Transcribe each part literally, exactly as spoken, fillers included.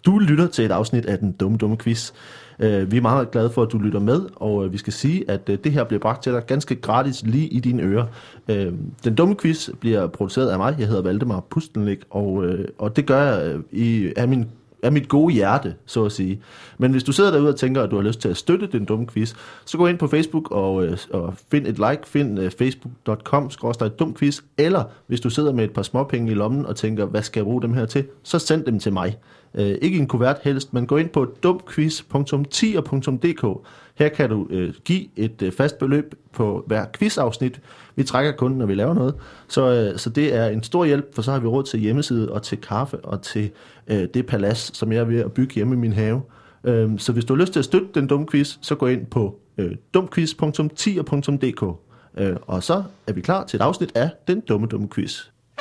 Du lytter til et afsnit af Den Dumme Dumme Quiz. Uh, vi er meget glade for, at du lytter med, og uh, vi skal sige, at uh, det her bliver bragt til dig ganske gratis lige i dine ører. Uh, Den Dumme Quiz bliver produceret af mig. Jeg hedder Valdemar Pustelnik, og, uh, og det gør jeg uh, i, af, min, af mit gode hjerte, så at sige. Men hvis du sidder derude og tænker, at du har lyst til at støtte Den Dumme Quiz, så gå ind på Facebook og, uh, og find et like. Find uh, facebook punktum com skråstreg dumquiz, eller hvis du sidder med et par småpenge i lommen og tænker, hvad skal jeg bruge dem her til, så send dem til mig. Uh, ikke en kuvert helst, men gå ind på dumquiz punktum tier punktum d k. Her kan du uh, give et uh, fast beløb på hver quizafsnit. Vi trækker kun, når vi laver noget. Så, uh, så det er en stor hjælp, for så har vi råd til hjemmeside og til kaffe og til uh, det palads, som jeg er ved at bygge hjemme i min have. Uh, så hvis du har lyst til at støtte Den Dumme Quiz, så gå ind på uh, dumquiz punktum tier punktum d k. Uh, og så er vi klar til et afsnit af Den Dumme Dumme Quiz.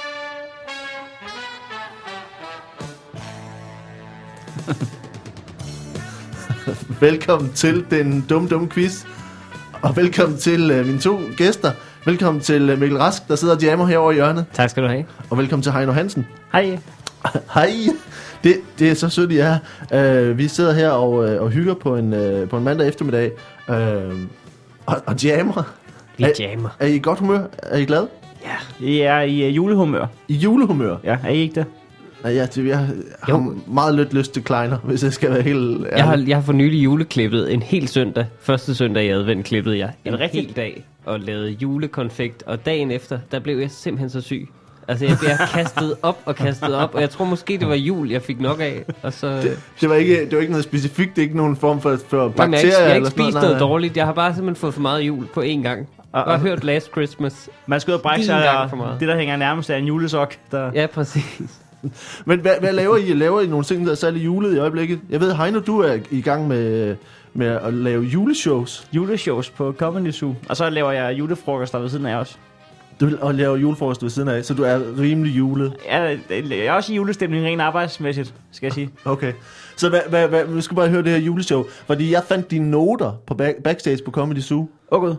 Velkommen til Den Dumme Dumme Quiz. Og velkommen til uh, mine to gæster. Velkommen til uh, Mikkel Rask, der sidder og jammer herovre i hjørnet. Tak skal du have. Og velkommen til Heino Hansen. Hej. Hej. Det, det er så sødt, I er. Uh, vi sidder her og, uh, og hygger på en, uh, på en mandag eftermiddag. Uh, og, og jammer. Vi er, jammer. Er I i godt humør? Er I glade? Ja, I er i uh, julehumør. I julehumør? Ja, er I ikke det? Nej, jeg, jeg har jo. meget lidt lyst til kleiner, hvis jeg skal være helt ærlig. Jeg har, jeg har for nylig juleklippet en hel søndag. Første søndag i advent klippede jeg en hel dag og lavede julekonfekt. Og dagen efter, der blev jeg simpelthen så syg. Altså, jeg blev kastet op og kastet op, og jeg tror måske, det var jul, jeg fik nok af. Og så... det, det, var ikke, det var ikke noget specifikt, det er ikke nogen form for, for bakterier? Jamen, jeg har ikke, jeg har ikke eller spist noget, noget dårligt. Jeg har bare simpelthen fået for meget jul på én gang. Og, og hørt Last Christmas. Man skal ud og brække sig, og det der hænger nærmest af en julesok. Der... Ja, præcis. Men hvad, hvad laver I? Laver I nogle ting, der er særlig julet i øjeblikket? Jeg ved, Heino, du er i gang med, med at lave juleshows. Juleshows på Comedy Zoo. Og så laver jeg julefrokoster ved siden af os. Du vil og lave julefrokost ved siden af, så du er rimelig julet. Ja, jeg er også i julestemning rent arbejdsmæssigt, skal jeg sige. Okay. Så hvad, hvad, hvad, nu skal bare høre det her juleshow. Fordi jeg fandt dine noter på back, backstage på Comedy Zoo. Åh oh, gud.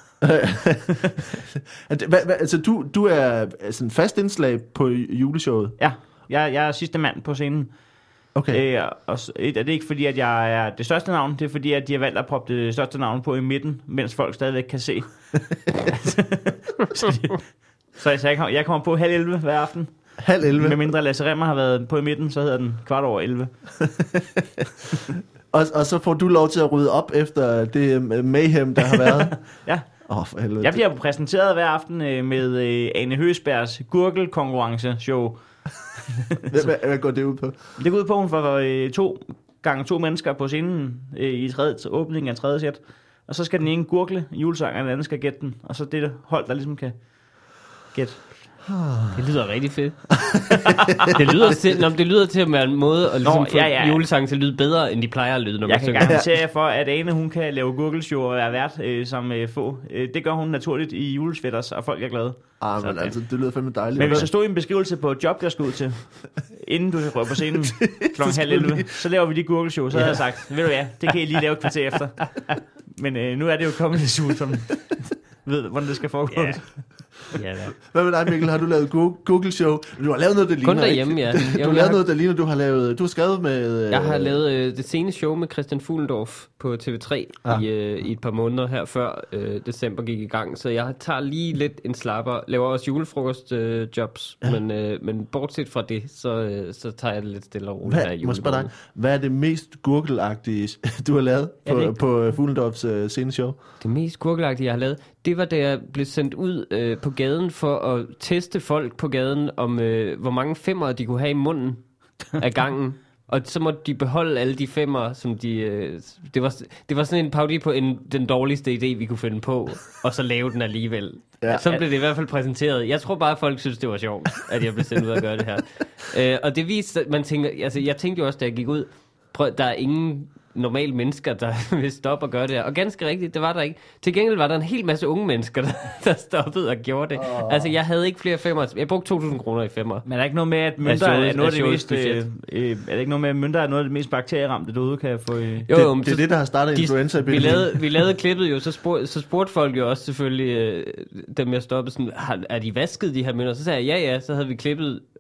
Altså, du, du er altså en fast indslag på juleshowet? Ja, jeg, jeg er sidste mand på scenen. Okay. Øh, og det er ikke fordi, at jeg er det største navn. Det er fordi, at de har valgt at proppe det største navn på i midten, mens folk stadigvæk kan se. så så jeg, jeg kommer på halv elleve hver aften. Halv elleve? Med mindre Lasse Remmer har været på i midten, så hedder den kvart over elleve. og, og så får du lov til at rydde op efter det mayhem, der har været? Ja. Oh, for helvede. Jeg bliver præsenteret hver aften med Ane Høgsbergs gurkelkonkurrence-show. hvad, hvad, hvad går det ud på? Det går ud på, at hun får to gange to mennesker på scenen i tredje, åbningen af tredje sæt. Og så skal den ene gurgle julesang, og den anden skal gætte den. Og så det hold, der ligesom kan gætte. Det lyder rigtig fedt. det, lyder til, når det lyder til at være en måde at ligesom Nå, få ja, ja. julesange til at lyde bedre, end de plejer at lyde, når jeg man synger. Jeg kan garantere jer for, at Ane, hun kan lave gurgelshow og være vært øh, som øh, få. Øh, det gør hun naturligt i julesvætters, og folk er glade. Ah, men altså, det lyder fandme dejligt. Men hvis der stod en beskrivelse på et job, der skal ud til, inden du rører på scenen klokken halv elleve, så laver vi de gurgelshow, så ja. havde jeg sagt, ved du hvad, det kan I lige lave et kvarter efter. Men øh, nu er det jo Comedy Zoo, som ved, hvordan det skal foregå. Yeah. Ja, hvad med dig, Mikkel? Har du lavet Google Show? Du har lavet noget, der ligner. Kun derhjemme, ja. Du har lavet har... noget, der ligner. Du har lavet. Du har skrevet med. Øh... Jeg har lavet øh, det seneste show med Christian Fuglendorf på T V tre ja. i, øh, i et par måneder her før øh, december gik i gang. Så jeg tager lige lidt en slapper. Laver også julefrokost øh, jobs, ja. men øh, men bortset fra det, så øh, så tager jeg det lidt stille og roligt her i julen. Hvad er det mest gurkelagtige du har lavet på, ja, på Fuglendorfs øh, sceneshow? Det mest gurkelagtige jeg har lavet, det var da jeg blev sendt ud øh, på gaden for at teste folk på gaden om øh, hvor mange femmer de kunne have i munden af gangen. Og så måtte de beholde alle de femmer, som de... Øh, det, var, det var sådan en parodi på en, den dårligste idé, vi kunne finde på, og så lave den alligevel. Ja. Så blev det i hvert fald præsenteret. Jeg tror bare, at folk synes, det var sjovt, at jeg blev sendt ud at gøre det her. Øh, og det viste, man tænker... Altså, jeg tænkte jo også, da jeg gik ud, prøv, der er ingen normale mennesker, der vil stoppe og gøre det her. Og ganske rigtigt, det var der ikke. Til gengæld var der en hel masse unge mennesker, der, der stoppede og gjorde det. Oh. Altså, jeg havde ikke flere femmer. Jeg brugte to tusind kroner i femmer. Men er der ikke noget med, at mønter er, er noget af det mest... Øh, øh, er der ikke noget med, at mønter er noget af det mest bakterieramte, du kan få... Øh. Jo, jo, det, det er det, der har startet influenza. Vi lavede, vi lavede klippet jo, så, spurg, så spurgte folk jo også selvfølgelig, øh, dem jeg stoppede, sådan, har, er de vasket, de her mønter? Så sagde jeg, ja, ja, så havde vi klippet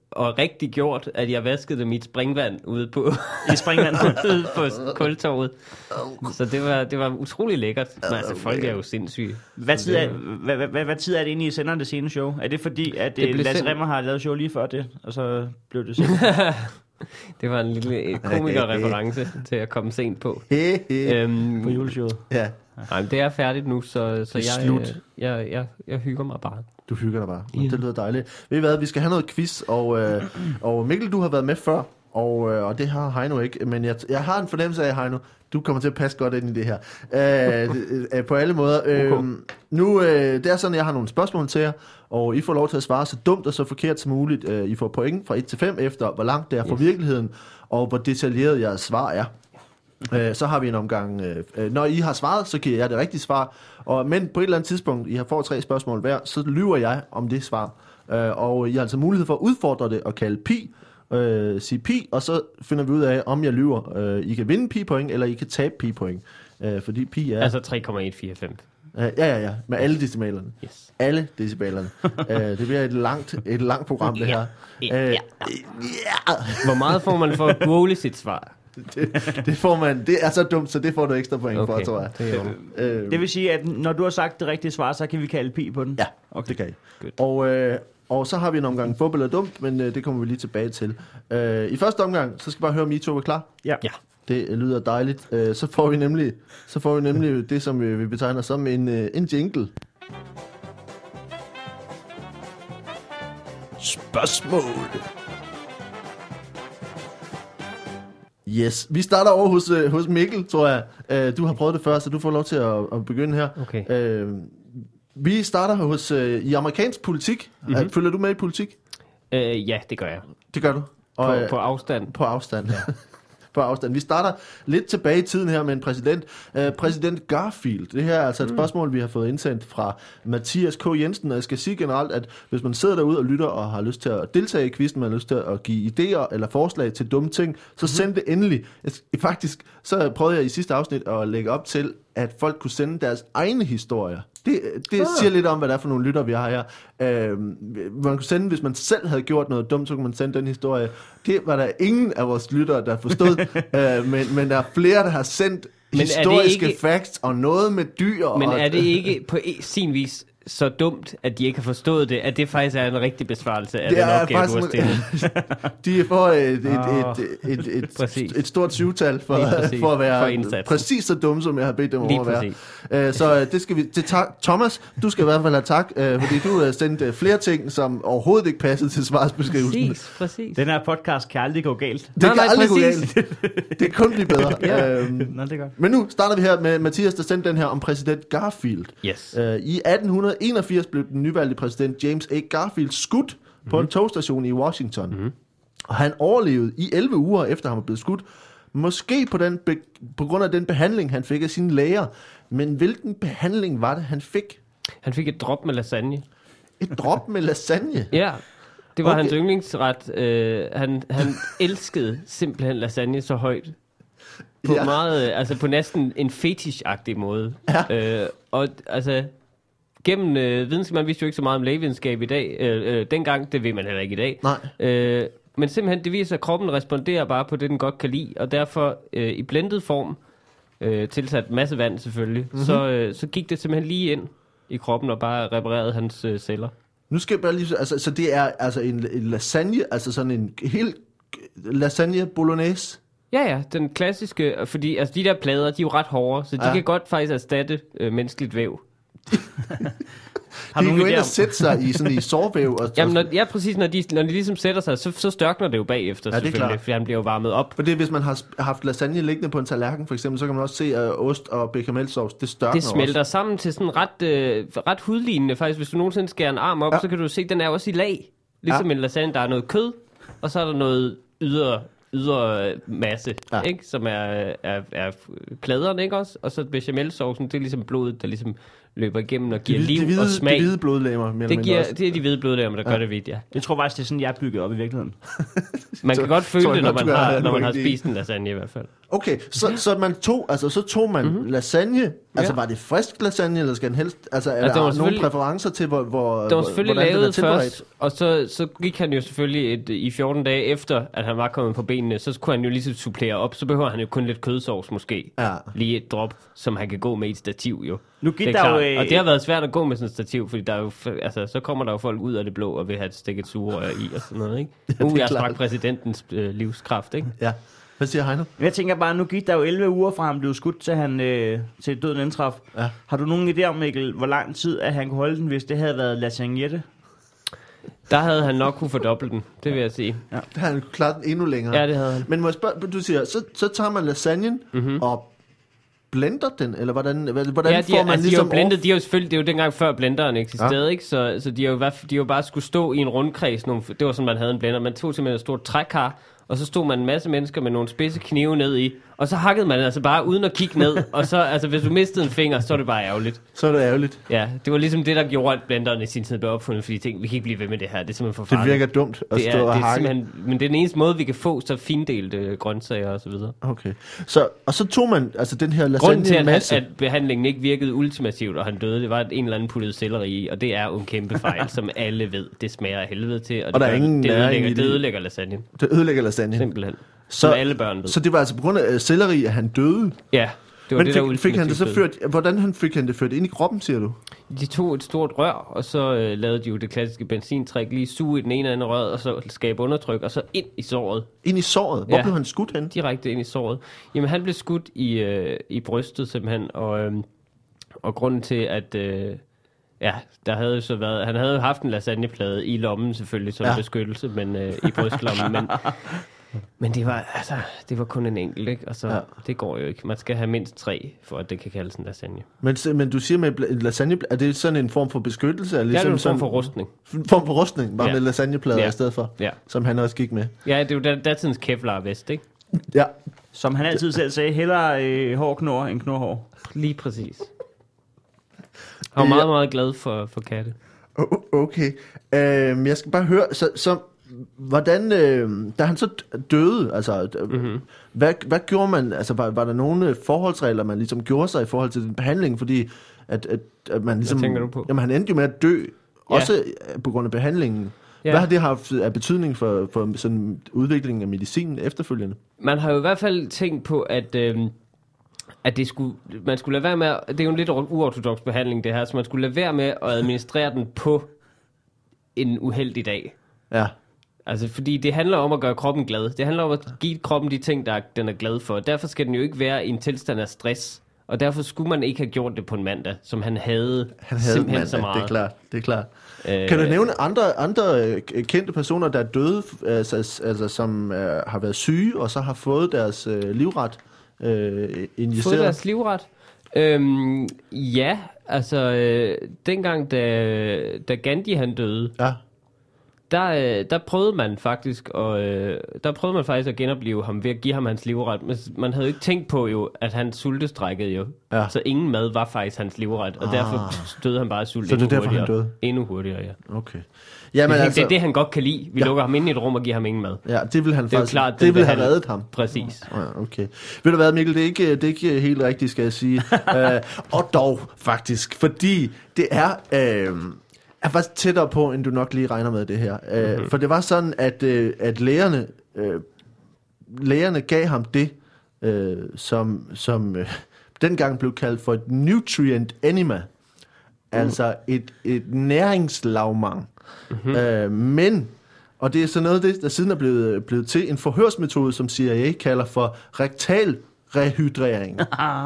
og rigtig gjort, at jeg vaskede dem i et springvand ude på, I springvand. ude på kultorvet. Så det var, det var utrolig lækkert. Men altså, folk er jo sindssyge. Hvad tid er, hvad, hvad, hvad, hvad tid er det egentlig, I sender det seneste show? Er det fordi, at Det det blev Lasse sendt- Rimmer har lavet show lige før det, og så blev det sendt? Det var en lille komikerreference til at komme sent på. øhm, på juleshowet? Ja, nej, men det er færdigt nu, så, så Det er jeg, slut. øh, jeg, jeg, jeg hygger mig bare. du hygger dig bare. Ja. Det lyder dejligt. Ved I hvad, vi skal have noget quiz, og, øh, og Mikkel, du har været med før, og, øh, og det har Heino ikke, men jeg, jeg har en fornemmelse af, Heino, du kommer til at passe godt ind i det her. Øh, øh, på alle måder. Øh, Okay. Nu, øh, det er sådan, at jeg har nogle spørgsmål til jer, og I får lov til at svare så dumt og så forkert som muligt. Øh, I får point fra et til fem efter, hvor langt det er fra Yes. virkeligheden, og hvor detaljeret jeres svar er. Øh, så har vi en omgang. Øh, øh, når I har svaret, så giver jeg det rigtige svar. Og, men på et eller andet tidspunkt, I har fået tre spørgsmål hver, så lyver jeg om det svar. Øh, og I har altså mulighed for at udfordre det og kalde pi, øh, sige pi, og så finder vi ud af, om jeg lyver. Øh, I kan vinde pi-point, eller I kan tabe pi-point. Øh, fordi pi er... Altså tre komma et fire fem. Øh, ja, ja, ja. Med alle decimalerne. Yes. Alle decibelerne. øh, det bliver et langt, et langt program, det her. Ja. Øh, Ja. ja. Hvor meget får man for at google sit svar? Det, det får man. Det er så dumt, så det får du ekstra point okay. for, tror jeg. det er jo... Øh, Det vil sige, at når du har sagt det rigtige svar, så kan vi kalde pi på den? Ja, okay. Det kan I. Good. Og, øh, og så har vi en omgang fodbold er dumt, men øh, det kommer vi lige tilbage til. Øh, I første omgang, så skal vi bare høre, om I to er klar. Ja. Ja. Det øh, lyder dejligt. Øh, så får vi nemlig, så får vi nemlig det, som vi, vi betegner som en, øh, en jingle. Spørgsmål. Yes, vi starter over hos, øh, hos Mikkel, tror jeg. Øh, du har prøvet det før, så du får lov til at, at begynde her. Okay. Øh, vi starter hos øh, i amerikansk politik. Mhm. Mm-hmm. Følger du med i politik? Øh, ja, det gør jeg. Det gør du. På, Og, øh, på afstand. på afstand. Ja. på afstand. Vi starter lidt tilbage i tiden her med en præsident. Uh, præsident Garfield. Det her er altså et spørgsmål, vi har fået indsendt fra Mathias K. Jensen, og jeg skal sige generelt, at hvis man sidder derude og lytter og har lyst til at deltage i quizzen, man har lyst til at give idéer eller forslag til dumme ting, så send det endelig. Jeg, faktisk, så prøvede jeg i sidste afsnit at lægge op til, at folk kunne sende deres egne historier. Det, det Ah. siger lidt om, hvad det er for nogle lytter, vi har her. Øh, man kunne sende, hvis man selv havde gjort noget dumt, så kunne man sende den historie. Det var der ingen af vores lyttere, der forstod. øh, men, men der er flere, der har sendt Men er det historiske ikke- facts og noget med dyr. Men og, er det ikke på e- sin vis så dumt, at de ikke har forstået det, at det faktisk er en rigtig besvarelse af det den er opgave, du har faktisk, stillet? de får et, et, Åh. et, et, et, Præcis. et, et stort syvtal for, Lige præcis. for at være For indsatsen. præcis så dumme, som jeg har bedt dem om Lige at være. præcis. Øh, så øh, det skal vi til tak. Thomas, du skal i hvert fald have tak, øh, fordi du har sendt øh, flere ting, som overhovedet ikke passede til svarsbeskrivelsen. Præcis, præcis. Den her podcast kan aldrig gå galt. Det Nej, kan nej, aldrig gå præcis. galt. Det kan kun blive bedre. Ja. øhm, Nå, det er godt. men nu starter vi her med Mathias, der sendte den her om præsident Garfield. Yes. Øh, I atten enogfirs blev den nyvalgte præsident James A. Garfield skudt på mm-hmm. en togstation i Washington. Mm-hmm. Og han overlevede i elleve uger efter han var blevet skudt. Måske på, den be- på grund af den behandling, han fik af sine læger. Men hvilken behandling var det, han fik? Han fik et drop med lasagne. Et drop med lasagne? Ja, det var Okay. okay. hans yndlingsret. Øh, han, han elskede simpelthen lasagne så højt. På Ja. ja. meget, øh, altså på næsten en fetish-agtig måde. Ja. Øh, og altså, gennem øh, videnskab, man vidste jo ikke så meget om lægevidenskab i dag. Øh, øh, dengang, det ved man heller ikke i dag. Nej. Øh, men simpelthen, det viser, at kroppen responderer bare på det, den godt kan lide. Og derfor, øh, i blendet form, øh, tilsat masse vand selvfølgelig, mm-hmm. så, øh, så gik det simpelthen lige ind i kroppen og bare reparerede hans øh, celler. Nu skal jeg bare lige... Altså, så det er altså en, en lasagne, altså sådan en helt lasagne bolognese? Ja, ja, den klassiske, fordi altså, de der plader, de er jo ret hårde, så de Ja. ja. kan godt faktisk erstatte øh, menneskeligt væv. Har De du kan jo nogen ind idé og om, sætte sig i sådan i sårvæv. Og, Jamen, når, ja, præcis, når de, når de ligesom sætter sig, så, så størkner det jo bagefter, Ja, det er selvfølgelig, klart. fordi han bliver jo varmet op. For det er, hvis man har sp- haft lasagne liggende på en tallerken, for eksempel, så kan man også se, at ost og bechamelsauce, det størkner Det smelter også. sammen til sådan ret, øh, ret hudlignende, faktisk. Hvis du nogensinde skærer en arm op, Ja. ja. så kan du se, at den er også i lag. Ligesom Ja. ja. en lasagne, der er noget kød, og så er der noget ydre, ydre masse, Ja. ja. ikke? Som er, er, er pladerne, ikke også? Og så bechamelsaucen, det er ligesom blodet, der ligesom løber igennem og giver de, liv de hvide, og smag. De hvide blodlegemer, mere Det, eller giver, mindre også. det er de hvide blodlegemer, der ja. gør det vidt, ja. jeg tror faktisk, det er sådan, jeg er bygget op i virkeligheden. Man Så- kan godt føle tror jeg det, når godt, man du har har, når man har pointe i. spist en lasagne i hvert fald. Okay, så, så man tog, altså så tog man mm-hmm. lasagne, altså Ja. var det frisk lasagne, eller skal den helst, altså er Altså, der der var nogle selvfølgelig- præferencer til, hvor, hvor Det var selvfølgelig hvordan den er lavet tilberedt? først, og så, så gik han jo selvfølgelig et, i fjorten dage efter, at han var kommet på benene, så kunne han jo ligesom supplere op, så behøver han jo kun lidt kødsovs måske. Ja. Lige et drop, som han kan gå med i et stativ jo. Nu gik Det er der klart. jo, øh, Og det har været svært at gå med sådan et stativ, fordi der er jo, f- altså, så kommer der jo folk ud af det blå og vil have et stikket sugerør i og sådan noget, ikke? det Nu er er jeg klart. straks præsidentens øh, livskraft, ikke? Ja. Hvad siger Heino? Jeg tænker bare, nu gik der jo elleve uger fra han blev skudt, til han øh, til døden indtraf. Ja. Har du nogen idé om, Mikkel, hvor lang tid at han kunne holde den, hvis det havde været lasagnette? Der havde han nok kunne fordoble den, det vil jeg sige. Der har han klaret den endnu længere. Ja, det havde han. Men må jeg spørge, du siger, så, så tager man lasagnen mm-hmm. og blender den, eller hvordan, hvordan Ja, de, får er, man altså, de er ligesom jo blendet, de er jo selvfølgelig, det er jo dengang før blenderen eksisterede, ja. ikke? Så, så de har jo, i hvert fald- de har jo bare skulle stå i en rundkreds, nogle, det var sådan, man havde en blender, man tog simpelthen et stort trækar, og så stod man en masse mennesker med nogle spidse knive ned i, og så hakkede man altså bare uden at kigge ned, og så, altså hvis du mistede en finger, så er det bare ærgerligt. Så er det ærgerligt. Ja, det var ligesom det, der gjorde, at blenderen i sin tid blev opfundet, fordi de tænkte, vi kan ikke blive ved med det her, det er simpelthen for Det farligt. virker dumt at det er, stå og det er hakke. simpelthen, men det er den eneste måde, vi kan få så findelte grøntsager og så videre. Okay. Så, og så tog man altså den her Grunden til, lasagne at, masse. at behandlingen ikke virkede ultimativt, og han døde, det var, at en eller anden puttede selleri i, og det er jo en kæmpe fejl, som alle ved. Det smager af helvede til, og, Og der det, er ingen det, næring ødelægger, i det det. ødelægger lasagne. Det ødelægger lasagne. Simpelthen. Så, Som alle børn ved. så det var altså på grund af uh, selleri, at han døde. Ja, det var Men det, fik, der fik han det så ultimativt ført, hvordan han fik han det ført ind i kroppen, siger du? døde. De tog et stort rør, og så øh, lavede de jo det klassiske benzintræk, lige suge i den ene eller anden røret, og så skabe undertryk, og så ind i såret. Ind i såret? Hvor Ja. blev han skudt hen? Direkte ind i såret. Jamen, han blev skudt i, øh, i brystet simpelthen, og, øh, og grunden til, at... Øh, ja, der havde jo så været... Han havde jo haft en lasagneplade i lommen selvfølgelig, som Ja. ja. beskyttelse, men øh, i brystlommen, men... Men det var, altså, det var kun en enkelt, ikke? Og så, Ja. ja. det går jo ikke. Man skal have mindst tre, for at det kan kaldes en lasagne. Men, men du siger med bla- lasagne, er det sådan en form for beskyttelse? Eller Ja, ligesom det er en sådan, form for rustning. En form for rustning, bare Ja. med lasagneplader Ja. i stedet for, Ja, som han også gik med. ja det er jo dat- datidens Kevlar-vest, ikke? Ja, Som han altid selv sagde, hellere øh, hård knor end knorhår. Lige præcis. Han var Ja. meget, meget glad for, for katte. O- okay. Øhm, jeg skal bare høre, så, så hvordan, øh, da han så døde, altså, mm-hmm. hvad, hvad gjorde man, altså var, var der nogle forholdsregler, man ligesom gjorde sig i forhold til den behandling, fordi at, at, at man ligesom... tænker du på? Jamen han endte jo med at dø, Ja. også øh, på grund af behandlingen. Ja. Hvad har det haft af betydning for, for sådan udviklingen af medicin efterfølgende? Man har jo i hvert fald tænkt på, at, øhm, at det skulle, man skulle lade være med, at, det er jo en lidt uortodoks behandling det her, så man skulle lade være med at administrere den på en uheldig dag. Ja. Altså, fordi det handler om at gøre kroppen glad. Det handler om at give kroppen de ting, der den er glad for. Derfor skal den jo ikke være i en tilstand af stress. Og derfor skulle man ikke have gjort det på en mandag, som han havde, Han havde simpelthen mandag, så meget. det er klart. Det er klart. Øh, Kan du nævne andre, andre øh, kendte personer, der er døde, altså, altså som øh, har været syge, og så har fået deres øh, livret øh, injiceret? Fået deres livret? Øhm, ja, altså, øh, dengang, da, da Gandhi han døde, Ja. der, øh, der prøvede man faktisk og øh, der prøvede man faktisk at genopleve ham ved at give ham hans livret. Men man havde jo ikke tænkt på jo, at han sultestrækkede jo. Ja. Så ingen mad var faktisk hans livret, og Ah. derfor døde han bare af sult Så det er endnu derfor, han hurtigere. døde? Endnu hurtigere, ja. Okay. Jamen, det, altså, det er det, han godt kan lide. Vi Ja. ja. lukker ham ind i et rum og giver ham ingen mad. ja, det vil han Det er jo faktisk, klart, det den vil have behandling- reddet ham. Præcis. Ja, okay. Ved du hvad, Mikkel, det er ikke, det er ikke helt rigtigt, skal jeg sige. uh, og dog, faktisk, fordi det er... Uh, er faktisk tættere på, end du nok lige regner med det her. Uh, mm-hmm. For det var sådan, at, uh, at lægerne, uh, lægerne gav ham det, uh, som, som uh, dengang blev kaldt for et nutrient enema. Mm. Altså et, et næringslavmang. Mm-hmm. Uh, men, og det er så noget af det, der siden er blevet, blevet til, en forhørsmetode, som C I A kalder for rektal rehydrering.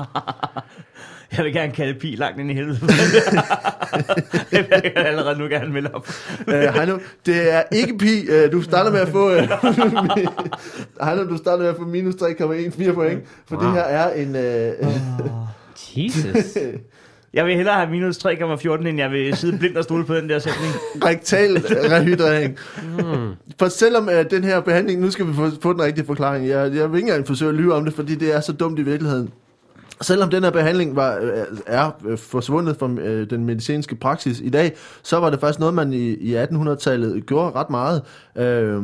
Jeg vil gerne kalde pi langt ind i helvede. Det vil jeg allerede nu gerne melde op. uh, Heino, det er ikke pi. Uh, du starter med at få... Uh, Heino, du starter med at få minus tre komma fjorten point, for wow. Det her er en... Uh, oh. Jesus. Jeg vil hellere have minus tre komma fjorten, end jeg vil sidde blind og stole på den der sætning. rektal rehydrering. Mm. For selvom uh, den her behandling... Nu skal vi få, få den rigtige forklaring. Jeg, jeg vil ikke engang forsøge at lyve om det, fordi det er så dumt i virkeligheden. Selvom den her behandling var, er forsvundet fra øh, den medicinske praksis i dag, så var det faktisk noget, man i, i attenhundredetallet gjorde ret meget. Øh,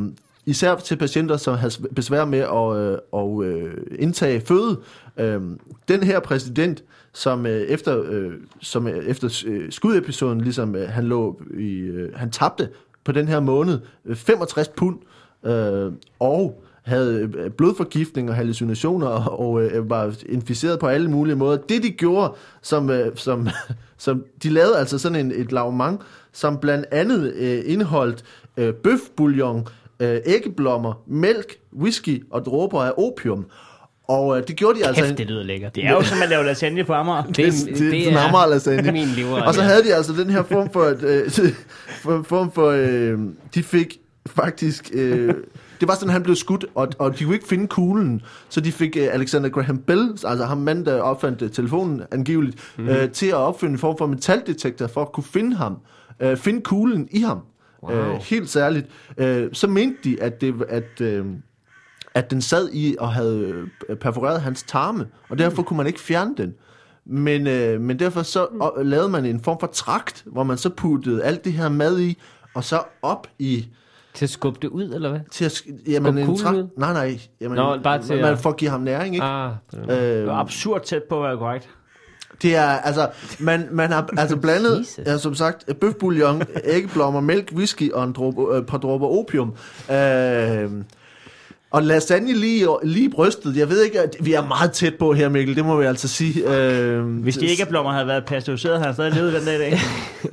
især til patienter, som har besvær med at, øh, og, øh, indtage føde. Øh, den her præsident, som øh, efter, øh, som øh, efter øh, skudepisoden, ligesom øh, han lå i, øh, han tabte på den her måned øh, femogtres pund, øh, og havde blodforgiftning og hallucinationer og øh, var inficeret på alle mulige måder. Det de gjorde, som, øh, som, som de lavede altså sådan en, et lavement, som blandt andet øh, indeholdt øh, bøfbouillon, øh, æggeblommer, mælk, whisky og dråber af opium. Og øh, det gjorde de altså... Kæft, det lyder lækkert. Det er jo som at lave lasagne på Amager. Det, det, det, det, det er Amager lasagne. Min lever. Og så havde de altså den her form for... Øh, form for øh, de fik faktisk... Øh, det var sådan, han blev skudt, og, og de kunne ikke finde kuglen, så de fik uh, Alexander Graham Bell, altså ham mand, der opfandt uh, telefonen angiveligt, mm-hmm. uh, til at opfinde en form for metaldetektor for at kunne finde ham, uh, finde kuglen i ham. Wow. Uh, helt særligt. Uh, så mente de, at, det, at, uh, at den sad i og havde perforeret hans tarme, og derfor kunne man ikke fjerne den. Men, uh, men derfor så uh, lavede man en form for trakt, hvor man så puttede alt det her mad i, og så op i... Til at skubbe det ud, eller hvad? Til at jamen, en tra- nej, nej. Jamen, Nå, bare til man at... får give ham næring, ikke? Ah, det er øh, absurd tæt på at være korrekt. Det er, altså, man, man har altså blandet, ja, som sagt, bøfbouillon, æggeblommer, mælk, whisky og en dråbe, øh, par dråber opium. Øh, og lasagne lige, lige brystet. Jeg ved ikke, at vi er meget tæt på her, Mikkel. Det må vi altså sige. Øh, hvis de æggeblommer havde været pasteuriseret, havde han stadig levet den dag i dag.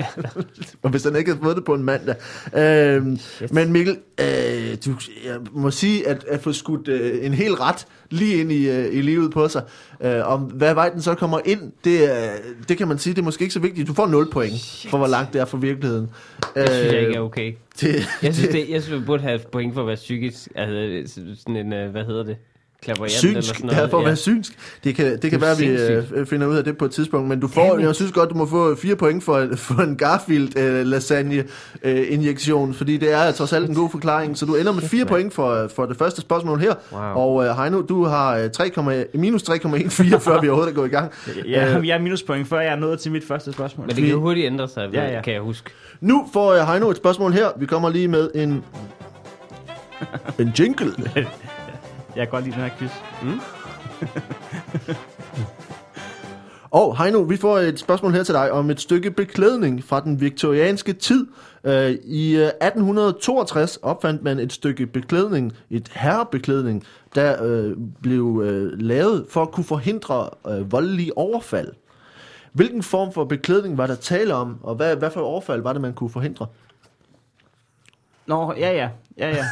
Og hvis han ikke havde fået det på en mandag. Øh, men Mikkel, øh, du, jeg må sige, at at få skudt øh, en hel ret lige ind i, øh, i livet på sig. Øh, om hvad vej den så kommer ind, det, øh, det kan man sige, det er måske ikke så vigtigt. Du får nul point Shit. for, hvor langt det er fra virkeligheden. Det synes jeg ikke er okay. Det, jeg synes, det, jeg synes, vi burde have point for at være psykisk. Altså, sådan en, hvad hedder det? Synsk, eller sådan noget. Ja, for at være synsk. Det kan, det kan det være, at vi uh, finder ud af det på et tidspunkt, men du får, jeg synes godt, du må få fire point for, for en Garfield uh, lasagne uh, injektion, fordi det er altså selv en god forklaring, så du ender med fire point for, for det første spørgsmål her, wow. og uh, Heino, du har tre, minus tre komma en fire, før vi overhovedet er gået i gang. Ja, uh, jeg er minuspoint, før jeg er nået til mit første spørgsmål. Men det kan jo hurtigt ændre sig, ja, ja. kan jeg huske. Nu får uh, Heino et spørgsmål her. Vi kommer lige med en en jingle. Jeg kan godt lide den her quiz. Mm? Og Heino, vi får et spørgsmål her til dig om et stykke beklædning fra den viktorianske tid. Uh, I uh, atten toogtres opfandt man et stykke beklædning, et herrebeklædning, der uh, blev uh, lavet for at kunne forhindre uh, voldelige overfald. Hvilken form for beklædning var der tale om, og hvad, hvad for overfald var det, man kunne forhindre? Nå, ja, ja. Ja, ja.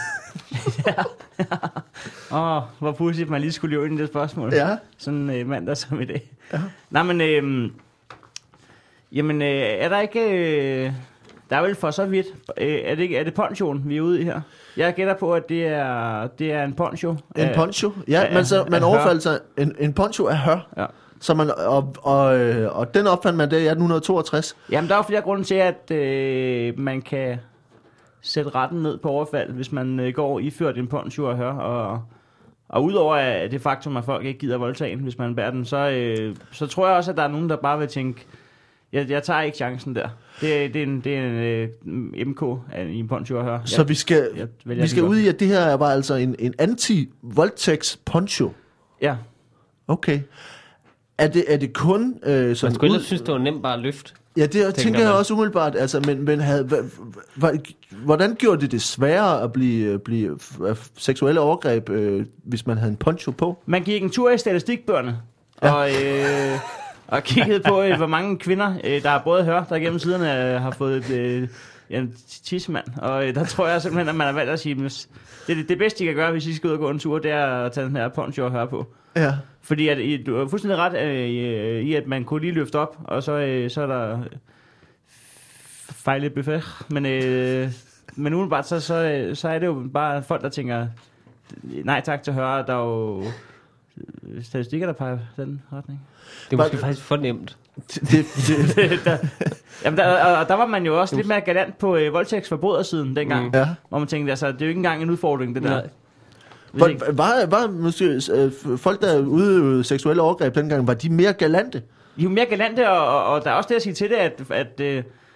Åh, oh, hvor pudsigt, man lige skulle løbe ind i det spørgsmål. Ja. Sådan en øh, mandag som i dag. Ja. Nej, men... Øh, jamen, øh, er der ikke... Øh, der er vel for så vidt... Øh, er, det ikke, er det ponchoen, vi er ude i her? Jeg gætter på, at det er, det er en poncho. En af, poncho? Ja, af, man, så, man overfaldt sig... En, en poncho af hør. Ja. Så man, og, og, og den opfandt man der i atten toogtres. Jamen, der er jo flere grunde til, at øh, man kan... sætte retten ned på overfald, hvis man øh, går iført en poncho og hør. Og, og udover at det faktum, at folk ikke gider voldtage, hvis man bærer den, så, øh, så tror jeg også, at der er nogen, der bare vil tænke, jeg, jeg tager ikke chancen der. Det, det er en, det er en øh, M K i en poncho og hør. Så jeg, vi skal, jeg vi skal ud i, at det her var altså en, en anti-voldtægts poncho? Ja. Okay. Er det, er det kun... Øh, sådan man skulle ud... synes, det var nemt bare at løfte. Ja, det tænker jeg også umiddelbart, altså, men, men havde, hvordan gjorde det det sværere at blive, blive seksuelle overgreb, øh, hvis man havde en poncho på? Man gik en tur i statistikbøgerne, ja. og, øh, og kiggede på, øh, hvor mange kvinder, øh, der har både hørt, der gennem tiderne øh, har fået øh, en tissemand, og øh, der tror jeg simpelthen, at man har valgt at sige, det, det, det bedste, I kan gøre, hvis I skal ud og gå en tur, det er at tage den her poncho og høre på. Ja. Fordi at, du har fuldstændig ret øh, i, at man kunne lige løfte op, og så, øh, så er der fejlet buffet. Men, øh, men udenbart, så, så, så er det jo bare folk, der tænker, nej tak til at høre, der er jo statistikker, der peger den retning. Det er måske faktisk for nemt. Det, det. der, jamen der, og der var man jo også lidt mere galant på øh, voldtægtsforbrydersiden dengang, mm. ja. hvor man tænkte, altså, det er jo ikke engang en udfordring, det der. Nej. Var, var, var måske, øh, folk, der udøvede seksuelle overgreb dengang, var de mere galante? De var mere galante, og, og, og der er også det at sige til det, at, at øh,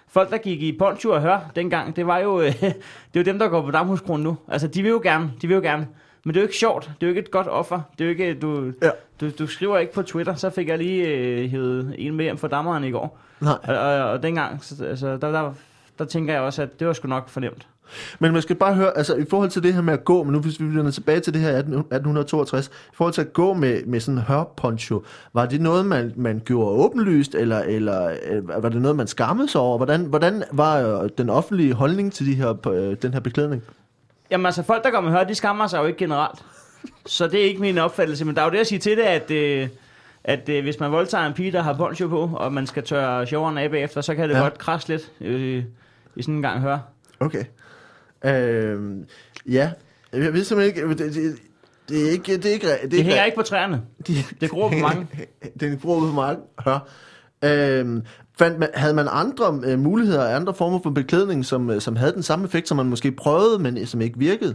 folk, der gik i poncho og hør dengang, det var jo, øh, det er jo dem, der går på Damhuskronen nu. Altså, de vil jo gerne, de vil jo gerne. Men det er jo ikke sjovt. Det er jo ikke et godt offer. Det er jo ikke, du, ja. du, du skriver ikke på Twitter, så fik jeg lige øh, hævet en med hjem for dammeren i går. Nej. Og, og, og dengang, så, altså, der, der, der tænker jeg også, at det var sgu nok for nemt. Men man skal bare høre, altså i forhold til det her med at gå, men nu hvis vi vender tilbage til det her atten toogtres, i forhold til at gå med, med sådan en hørponcho, var det noget, man, man gjorde åbenlyst, eller, eller var det noget, man skammede sig over? Hvordan, hvordan var den offentlige holdning til de her, den her beklædning? Jamen altså, folk, der går med hør, de skammer sig jo ikke generelt. Så det er ikke min opfattelse, men der er jo det at sige til det, at, øh, at øh, hvis man voldtager en pige, der har poncho på, og man skal tørre sjoveren af bagefter, så kan det ja. godt krasse lidt øh, i sådan en gang hør. Okay. Øh, ja, jeg ved simpelthen ikke, det, det, det er ikke... Det, er ikke, det, er det hænger ikke på træerne. De, det gror på mange. Det gror på mange, hør. Øh, fandt man, havde man andre øh, muligheder, andre former for beklædning, som, som havde den samme effekt, som man måske prøvede, men som ikke virkede?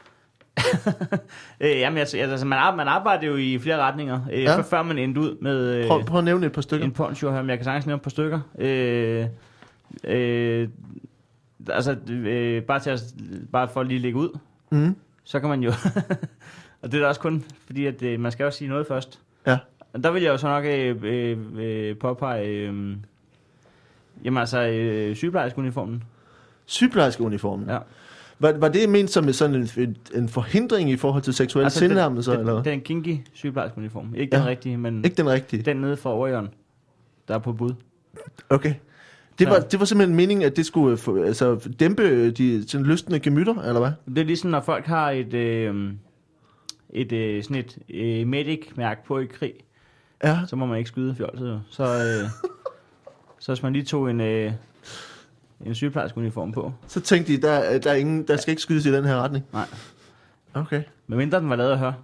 øh, jamen, altså, altså man, arbejder, man arbejder jo i flere retninger, øh, ja. før man endte ud med... Øh, prøv, prøv at nævne et par stykker. En poncho her, men jeg kan sagtens nævne et par stykker. Øh, øh, altså, øh, bare, til at, bare for at lige lægge ud, mm. så kan man jo... og det er da også kun fordi, at øh, man skal også sige noget først. Ja. Der vil jeg jo så nok øh, øh, øh, påpege... Øh, jamen altså, øh, sygeplejerskeuniformen. Sygeplejerskeuniformen? Ja. Var, var det ment som sådan en, en, en forhindring i forhold til seksuelle altså tilnærmelser? Den, eller hvad? den kinky sygeplejerskeuniform. Ikke ja. den rigtige, men... Ikke den rigtige? Den nede fra overhjørnet, der er på bud. Okay. Det var, det var simpelthen meningen, at det skulle for, altså, dæmpe de sådan lystende gemytter, eller hvad? Det er ligesom, når folk har et, øh, et, øh, sådan et øh, medic-mærke på i krig, ja. så må man ikke skyde fjolset. Så, øh, så hvis man lige tog en... Øh, en sygeplejerskeuniform på. Så tænkte de, der, der, er ingen, der skal ikke skydes i den her retning? Nej. Okay. Men mindre den var lavet at høre.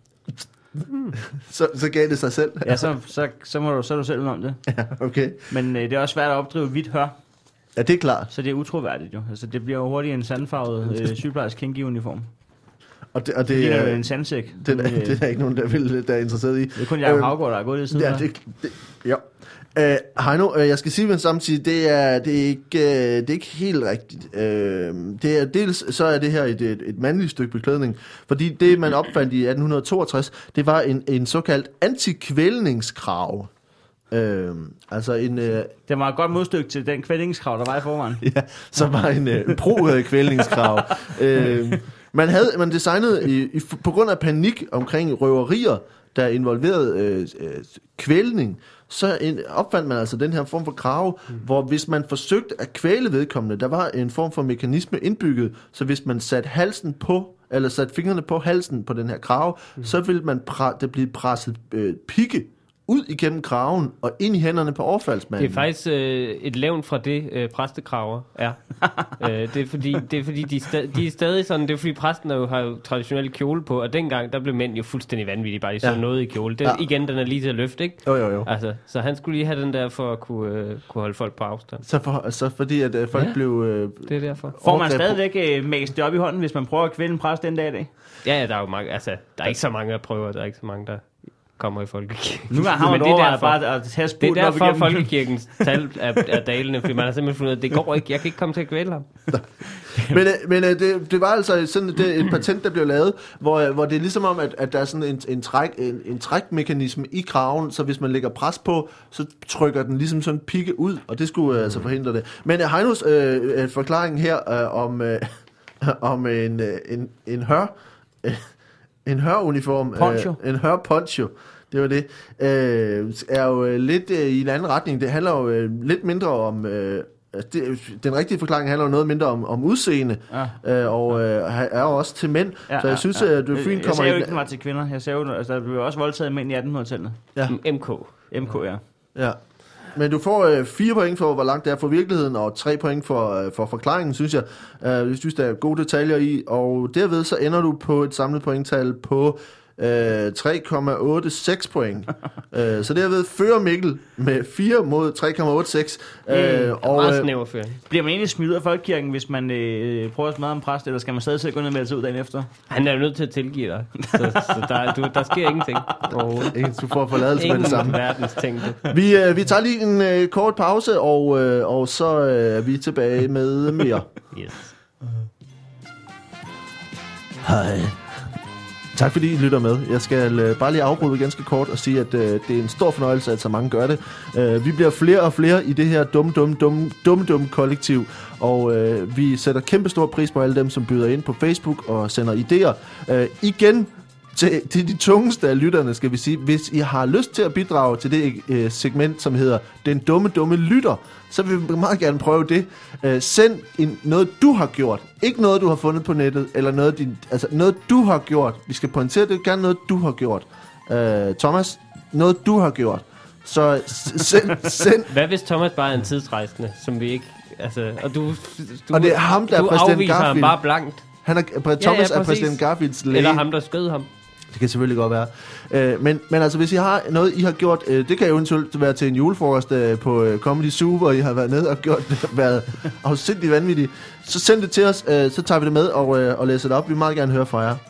så, så gav det sig selv? Ja, så, så, så, må du, så er du selv om det. Ja, okay. Men øh, det er også svært at opdrive hvidt hør. Ja, det er klart. Så det er utroværdigt jo. Altså, det bliver jo hurtigt en sandfarvet øh, sygeplejersk kinky uniform. Og det, og det, det er en sandsæk. Det, det, det er der ikke nogen, der, vil, der er interesseret i. Det er kun Jacob øh, Haugaard, der er gået i siden. Ja, det, det, ja. Uh, Heino, uh, jeg skal sige med samtidig, det er, det er, ikke, uh, det er ikke helt rigtigt. Uh, det er, dels så er det her et, et, et mandligt stykke beklædning, fordi det, man opfandt i atten toogtres, det var en, en såkaldt antikvælningskrav. Uh, altså en... Uh, det var et godt modstykke til den kvælningskrav, der var i forvejen. Ja, så var en uh, pro-kvælningskrav. uh, man havde man designede i, i, på grund af panik omkring røverier, der involverede øh, øh, kvælning, så opfandt man altså den her form for krave, mm. hvor hvis man forsøgte at kvæle vedkommende, der var en form for mekanisme indbygget, så hvis man satte halsen på, eller satte fingrene på halsen på den her krave, mm. så ville man pra- det blive presset øh, pigge ud igennem kraven og ind i hænderne på overfaldsmanden. Det er faktisk øh, et levn fra det, øh, præstekraver er. øh, det er fordi, det er fordi de, sta- de er stadig sådan, det er fordi præsten jo har jo traditionelt kjole på, og dengang, der blev mænd jo fuldstændig vanvittige, bare de så ja. noget i kjole. Det, ja. Igen, den er lige til at løfte, ikke? Jo, jo, jo. Altså, så han skulle lige have den der for at kunne, øh, kunne holde folk på afstand. Så, for, så fordi, at øh, folk ja, blev... Øh, det er derfor. Får man stadigvæk øh, mast det op i hånden, hvis man prøver at kvæle en præst den dag i dag? Ja, ja, der er jo mange, altså, der er ikke så mange, der prøver, der er ikke så mange, der... kommer i folkekirken. Nu har man overvejet bare at tage spurgt det er derfor, folkekirkens tal er, er dalende, fordi man har simpelthen fundet ud af, det går ikke, jeg kan ikke komme til at kvæle ham. men men det, det var altså sådan det, et patent, der blev lavet, hvor, hvor det er ligesom om, at, at der er sådan en, en, træk, en, en trækmekanisme i kraven, så hvis man lægger pres på, så trykker den ligesom sådan pigge ud, og det skulle mm. altså forhindre det. Men Heinos øh, forklaring her øh, om, øh, om en, en, en hør... Øh, En høruniform, øh, en hørponcho, det var det, øh, er jo lidt øh, i en anden retning. Det handler jo øh, lidt mindre om, øh, det, den rigtige forklaring handler jo noget mindre om, om udseende, ja. øh, og øh, er jo også til mænd, ja, så jeg synes, ja, ja. at du fint kommer... Jeg sagde jo ikke, den var til kvinder. Jeg sagde jo, altså, der blev også voldtaget mænd i attenhundredetallet. Ja. M K. M K, ja. Ja. Men du får øh, fire point for, hvor langt det er for virkeligheden, og tre point for, øh, for forklaringen, synes jeg. Øh, jeg synes, der er gode detaljer i, og derved så ender du på et samlet pointtal på øh, tre komma otte seks point. øh, så derved fører Mikkel med fire mod tre komma otte seks. Mm, øh, og, meget snæver føring. Bliver man egentlig smidt ud af folkekirken, hvis man øh, prøver at smadre en præst, eller skal man stadig selv gå ned og melde sig ud dagen efter? Han er jo nødt til at tilgive dig. Så, så der, du, der sker ingenting. Ingen, du får forladelse med det samme. Verdens ting. Vi, øh, vi tager lige en øh, kort pause, og, øh, og så øh, er vi tilbage med mere. Yes. Hej. Tak fordi I lytter med. Jeg skal øh, bare lige afbryde ganske kort og sige, at øh, det er en stor fornøjelse, at så mange gør det. Øh, vi bliver flere og flere i det her dumme, dumme, dumme, dumme, dumme kollektiv, og øh, vi sætter kæmpe stor pris på alle dem, som byder ind på Facebook og sender idéer. Øh, igen, til, til de tungeste af lytterne, skal vi sige, hvis I har lyst til at bidrage til det øh, segment, som hedder Den Dumme, Dumme Lytter, så vil vi meget gerne prøve det. Øh, send en, noget, du har gjort. Ikke noget, du har fundet på nettet, eller noget, din, altså noget, du har gjort. Vi skal pointere, det er gerne noget, du har gjort. Øh, Thomas, noget, du har gjort. Så send, send. Hvad hvis Thomas bare er en tidsrejsende, som vi ikke... Altså, og du, du, og det er ham, der du er præsident afviser ham Garfield. bare blankt. Han er, Thomas ja, ja, er præsident Garfields læge. Eller ham, der skød ham. Det kan selvfølgelig godt være. Øh, men, men altså, hvis I har noget, I har gjort, øh, det kan jo eventuelt være til en julefrokost øh, på øh, Comedy Zoo, hvor I har været nede og gjort, været afsindigt vanvittige, så send det til os, øh, så tager vi det med og, øh, og læser det op. Vi vil meget gerne høre fra jer.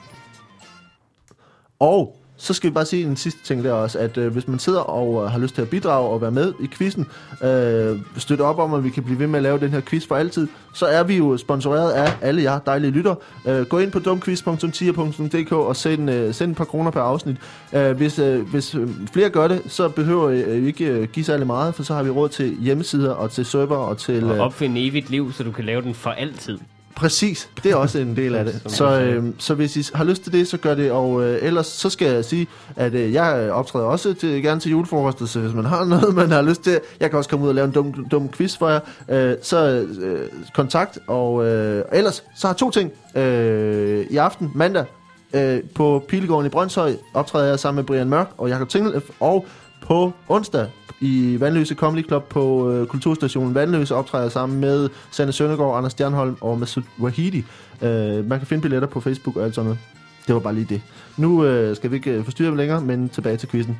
Og så skal vi bare sige en sidste ting der også, at øh, hvis man sidder og øh, har lyst til at bidrage og være med i quizzen, øh, støtte op om, at vi kan blive ved med at lave den her quiz for altid, så er vi jo sponsoreret af alle jer dejlige lytter. Øh, gå ind på dumquiz punktum tia punktum d k og send, øh, send et par kroner per afsnit. Øh, hvis, øh, hvis flere gør det, så behøver I øh, ikke øh, give særlig meget, for så har vi råd til hjemmesider og til server og til... Og øh, opfinde evigt liv, så du kan lave den for altid. Præcis, det er også en del af det. Så, øh, så hvis I har lyst til det, så gør det. Og øh, ellers så skal jeg sige, at øh, jeg optræder også til, gerne til julefrokoster, så hvis man har noget, man har lyst til, jeg kan også komme ud og lave en dum, dum quiz for jer. Øh, så øh, kontakt, og øh, ellers så har to ting. Øh, I aften, mandag, øh, på Pilegården i Brøndshøj, optræder jeg sammen med Brian Mørk og Jakob Tingelef, og på onsdag i Vandløse Comedy Club på øh, Kulturstationen Vandløse optræder jeg sammen med Sanne Søndergaard, Anders Stjernholm og Masoud Wahidi. Øh, man kan finde billetter på Facebook og alt sådan noget. Det var bare lige det. Nu øh, skal vi ikke øh, forstyrre dem længere, men tilbage til quizzen.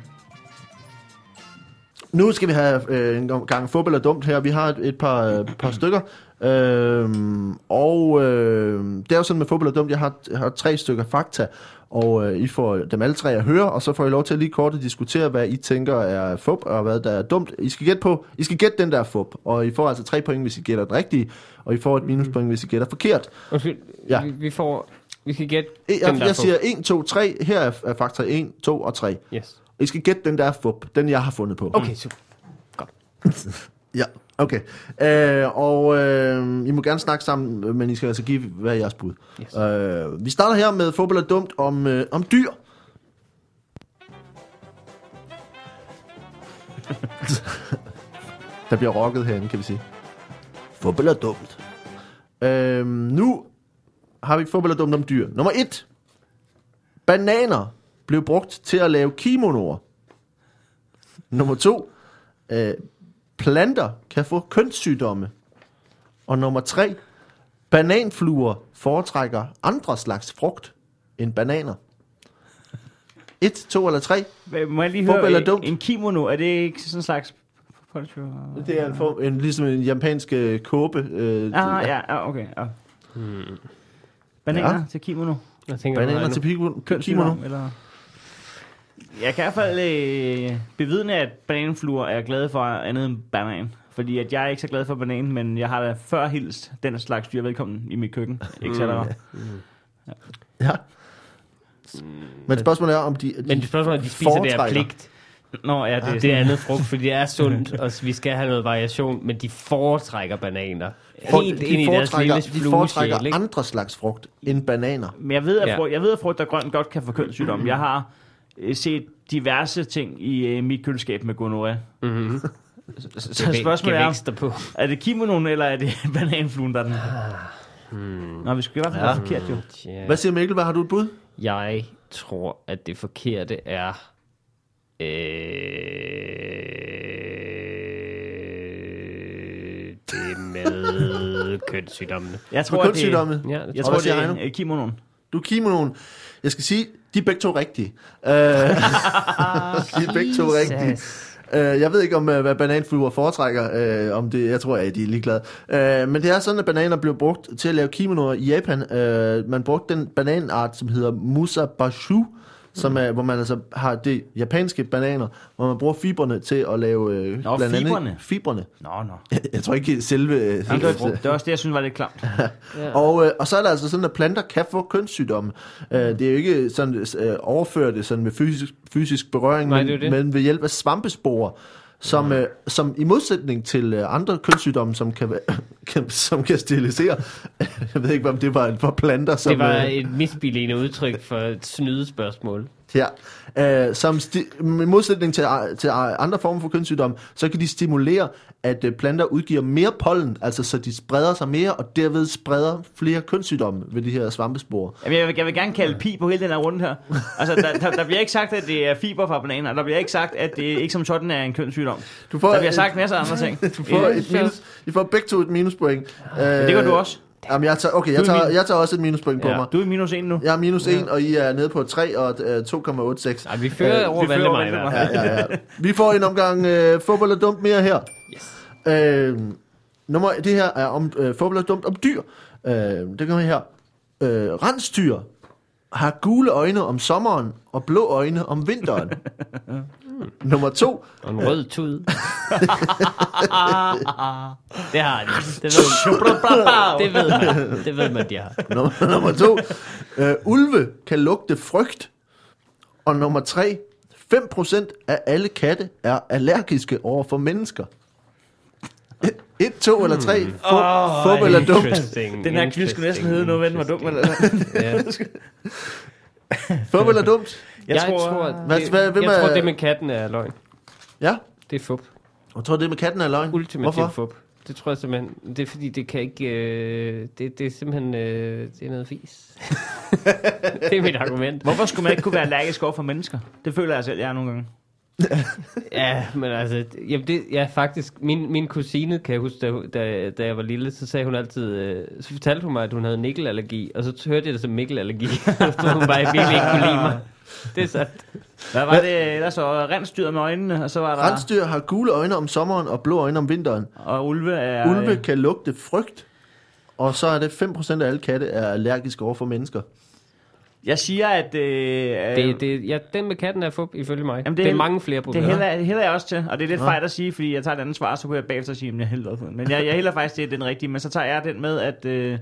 Nu skal vi have øh, en gang fodbold er dumt her. Vi har et, et par, øh, par stykker. Øh, og øh, det er jo sådan med fodbold er dumt. Jeg har, jeg har tre stykker fakta. Og øh, I får dem alle tre at høre, og så får I lov til at lige kort at diskutere, hvad I tænker er fup, og hvad der er dumt. I skal gætte på, I skal gætte den der fup, og I får altså tre point, hvis I gætter den rigtige, og I får et minuspoint, hvis I gætter forkert. Undskyld, ja. vi, vi får, vi skal gætte jeg, den der Jeg fup. siger en, to, tre, her er, er faktor en, to og tre. Yes. I skal gætte den der fup, den jeg har fundet på. Okay, super. Godt. Ja, okay. Øh, og øh, I må gerne snakke sammen, men I skal altså give hver jeres bud. Yes. Øh, vi starter her med fodbold er dumt om, øh, om dyr. Der bliver rocket herinde, kan vi sige. Fodbold er dumt. Øh, nu har vi fodbold er dumt om dyr. Nummer et. Bananer blev brugt til at lave kimonoer. Nummer to. Øh, planter kan få kønssygdomme. Og nummer tre. Bananfluer foretrækker andre slags frugt end bananer. Et, to eller tre. Må jeg lige Fodbold høre, er dumt. en kimono, er det ikke sådan en slags... Det er en, form, en ligesom en japansk øh, kåbe. Øh, Ah, ja, ja, okay. Ja. Hmm. Bananer ja. til kimono. Jeg tænker, Bananer til kimono. Kønssygdom, eller... Jeg kan i hvert fald øh, bevidne, at bananfluer er glade for andet end banan. Fordi at jeg er ikke så glad for bananen, men jeg har da før hilst den slags dyr velkommen i mit køkken. Ikke så der. Mm. Ja. ja. Men spørgsmålet er, om de, de Men spørgsmålet er, om de spiser det af pligt. Nå, ja, det, ja, det er andet frugt, fordi det er sundt, og vi skal have noget variation, men de foretrækker bananer. For, Helt de ind i deres lille de foretrækker fluesjæl, andre slags frugt end bananer. Men jeg ved, at frugt, jeg ved, at frugt og grønt godt kan få kønssygdom. Jeg har øh, set diverse ting i øh, mit køleskab med gonorrhea. Mm-hmm. Så, så spørgsmålet er, på. er det kimonoen, eller er det bananfluen, der er den? Hmm. Nå, vi skulle i hvert fald ja. være forkert, jo. Yeah. Hvad siger Mikkel? Hvad har du et bud? Jeg tror, at det forkerte er... Øh, det med kønssygdommene. Jeg tror, kønssygdommene? Det, ja, jeg tror, det er kimonoen. Du er kimonoen. Jeg skal sige, De er begge to rigtige. Uh, de er begge to rigtige. Uh, jeg ved ikke, om uh, hvad bananfluer foretrækker. Uh, om det, jeg tror, at de er ligeglade. Uh, men det er sådan, at bananer bliver brugt til at lave kimonoer i Japan. Uh, man brugte den bananart, som hedder Musabashu, som er, hvor man altså har det japanske bananer, hvor man bruger fibrene til at lave øh, Nå, blandt fibrene. andet fibrene. Nå, nå. Jeg, jeg tror ikke selve... Øh, Jamen, det, var, det var også det, jeg synes var lidt klamt. ja. og, øh, og så er der altså sådan, at planter kan få kønssygdomme. Uh, det er jo ikke sådan øh, overført det sådan med fysisk, fysisk berøring, Nej, men, det men ved hjælp af svampesporer, som, øh, som i modsætning til øh, andre kønssygdomme, som kan, kan, som kan sterilisere. Jeg ved ikke, om det var for planter, som... Det var øh, et misbilligende udtryk for et snydespørgsmål. Ja, øh, som sti- i modsætning til, til andre former for kønssygdomme, så kan de stimulere, at øh, planter udgiver mere pollen, altså så de spreder sig mere, og derved spreder flere kønssygdomme ved de her svampesporer. Jamen, jeg, vil, jeg vil gerne kalde pi på hele den her runde her. Altså, der, der, der bliver ikke sagt, at det er fiber fra bananer, der bliver ikke sagt, at det ikke som sådan er en kønssygdom. Du får der bliver et, sagt masser af andre ting. Du får et minus, I får begge to et minuspoint. Ja, det gør du også. Jamen, jeg tager, okay, jeg tager, jeg tager også et minuspoint på Ja. mig. Du er minus en nu. Jeg er minus en, og I er nede på tre og uh, to komma otte seks. Ej, vi fører Øh, over vi fører Valdemar over i hvert Valdemar. fald. Ja, ja, ja. Vi får en omgang uh, fodbold er dumt mere her. Yes. Øh, nummer, det her er om øh, fodbold er dumt om dyr. Øh, det kommer her. Øh, rensdyr har gule øjne om sommeren og blå øjne om vinteren. Nummer to. Og en rød tud. Det har de. Det ved, det ved man. Det ved man, de har. Nummer, nummer to. Øh, ulve kan lugte frygt. Og nummer tre. fem procent af alle katte er allergiske over for mennesker. Et, et to eller tre. Åh, Fodbold er dumt. Interesting, Den her quiz skulle næsten hedde noget, ven var dum. Eller? Ja. Fodbold er dumt. Jeg, Jeg tror, tror, Hvad- det, hvad- hvem jeg er- tror, det med katten er løgn. Ja. Det er fup. Jeg tror, det med katten er løgn. Ultimativ Hvorfor? fup. Det tror jeg simpelthen. Det er fordi, det kan ikke... Øh, det, det er simpelthen... Øh, det er noget fis. Det er mit argument. hvorfor skulle man ikke kunne være allergisk over for mennesker? Det føler jeg selv, jeg er nogle gange. Ja, men altså... Jamen det, ja, faktisk... Min, min kusine, kan jeg huske, da, da, da jeg var lille, så sagde hun altid... Øh, så fortalte hun mig, at hun havde nikkelallergi. Og så hørte jeg det som mikkelallergi. Og så hun bare virkelig ikke kunne lide mig. Det er sandt. Hvad var det? Der så rensdyr med øjnene, og så var der... Rensdyr har gule øjne om sommeren og blå øjne om vinteren. Og ulve er... Ulve kan lugte frygt. Og så er det fem procent af alle katte er allergiske over for mennesker. Jeg siger, at... Øh, Det, det, ja, den med katten er fup, ifølge mig. Jamen, Jamen, det det, er- er mange flere Det problemer. hælder, det hælder jeg også til, og det er lidt ja. fejl at sige, fordi jeg tager et andet svar, så kunne jeg bagefter sige, at jeg hælder på den. Men jeg, jeg hælder faktisk til den rigtige, men så tager jeg den med, at... Øh,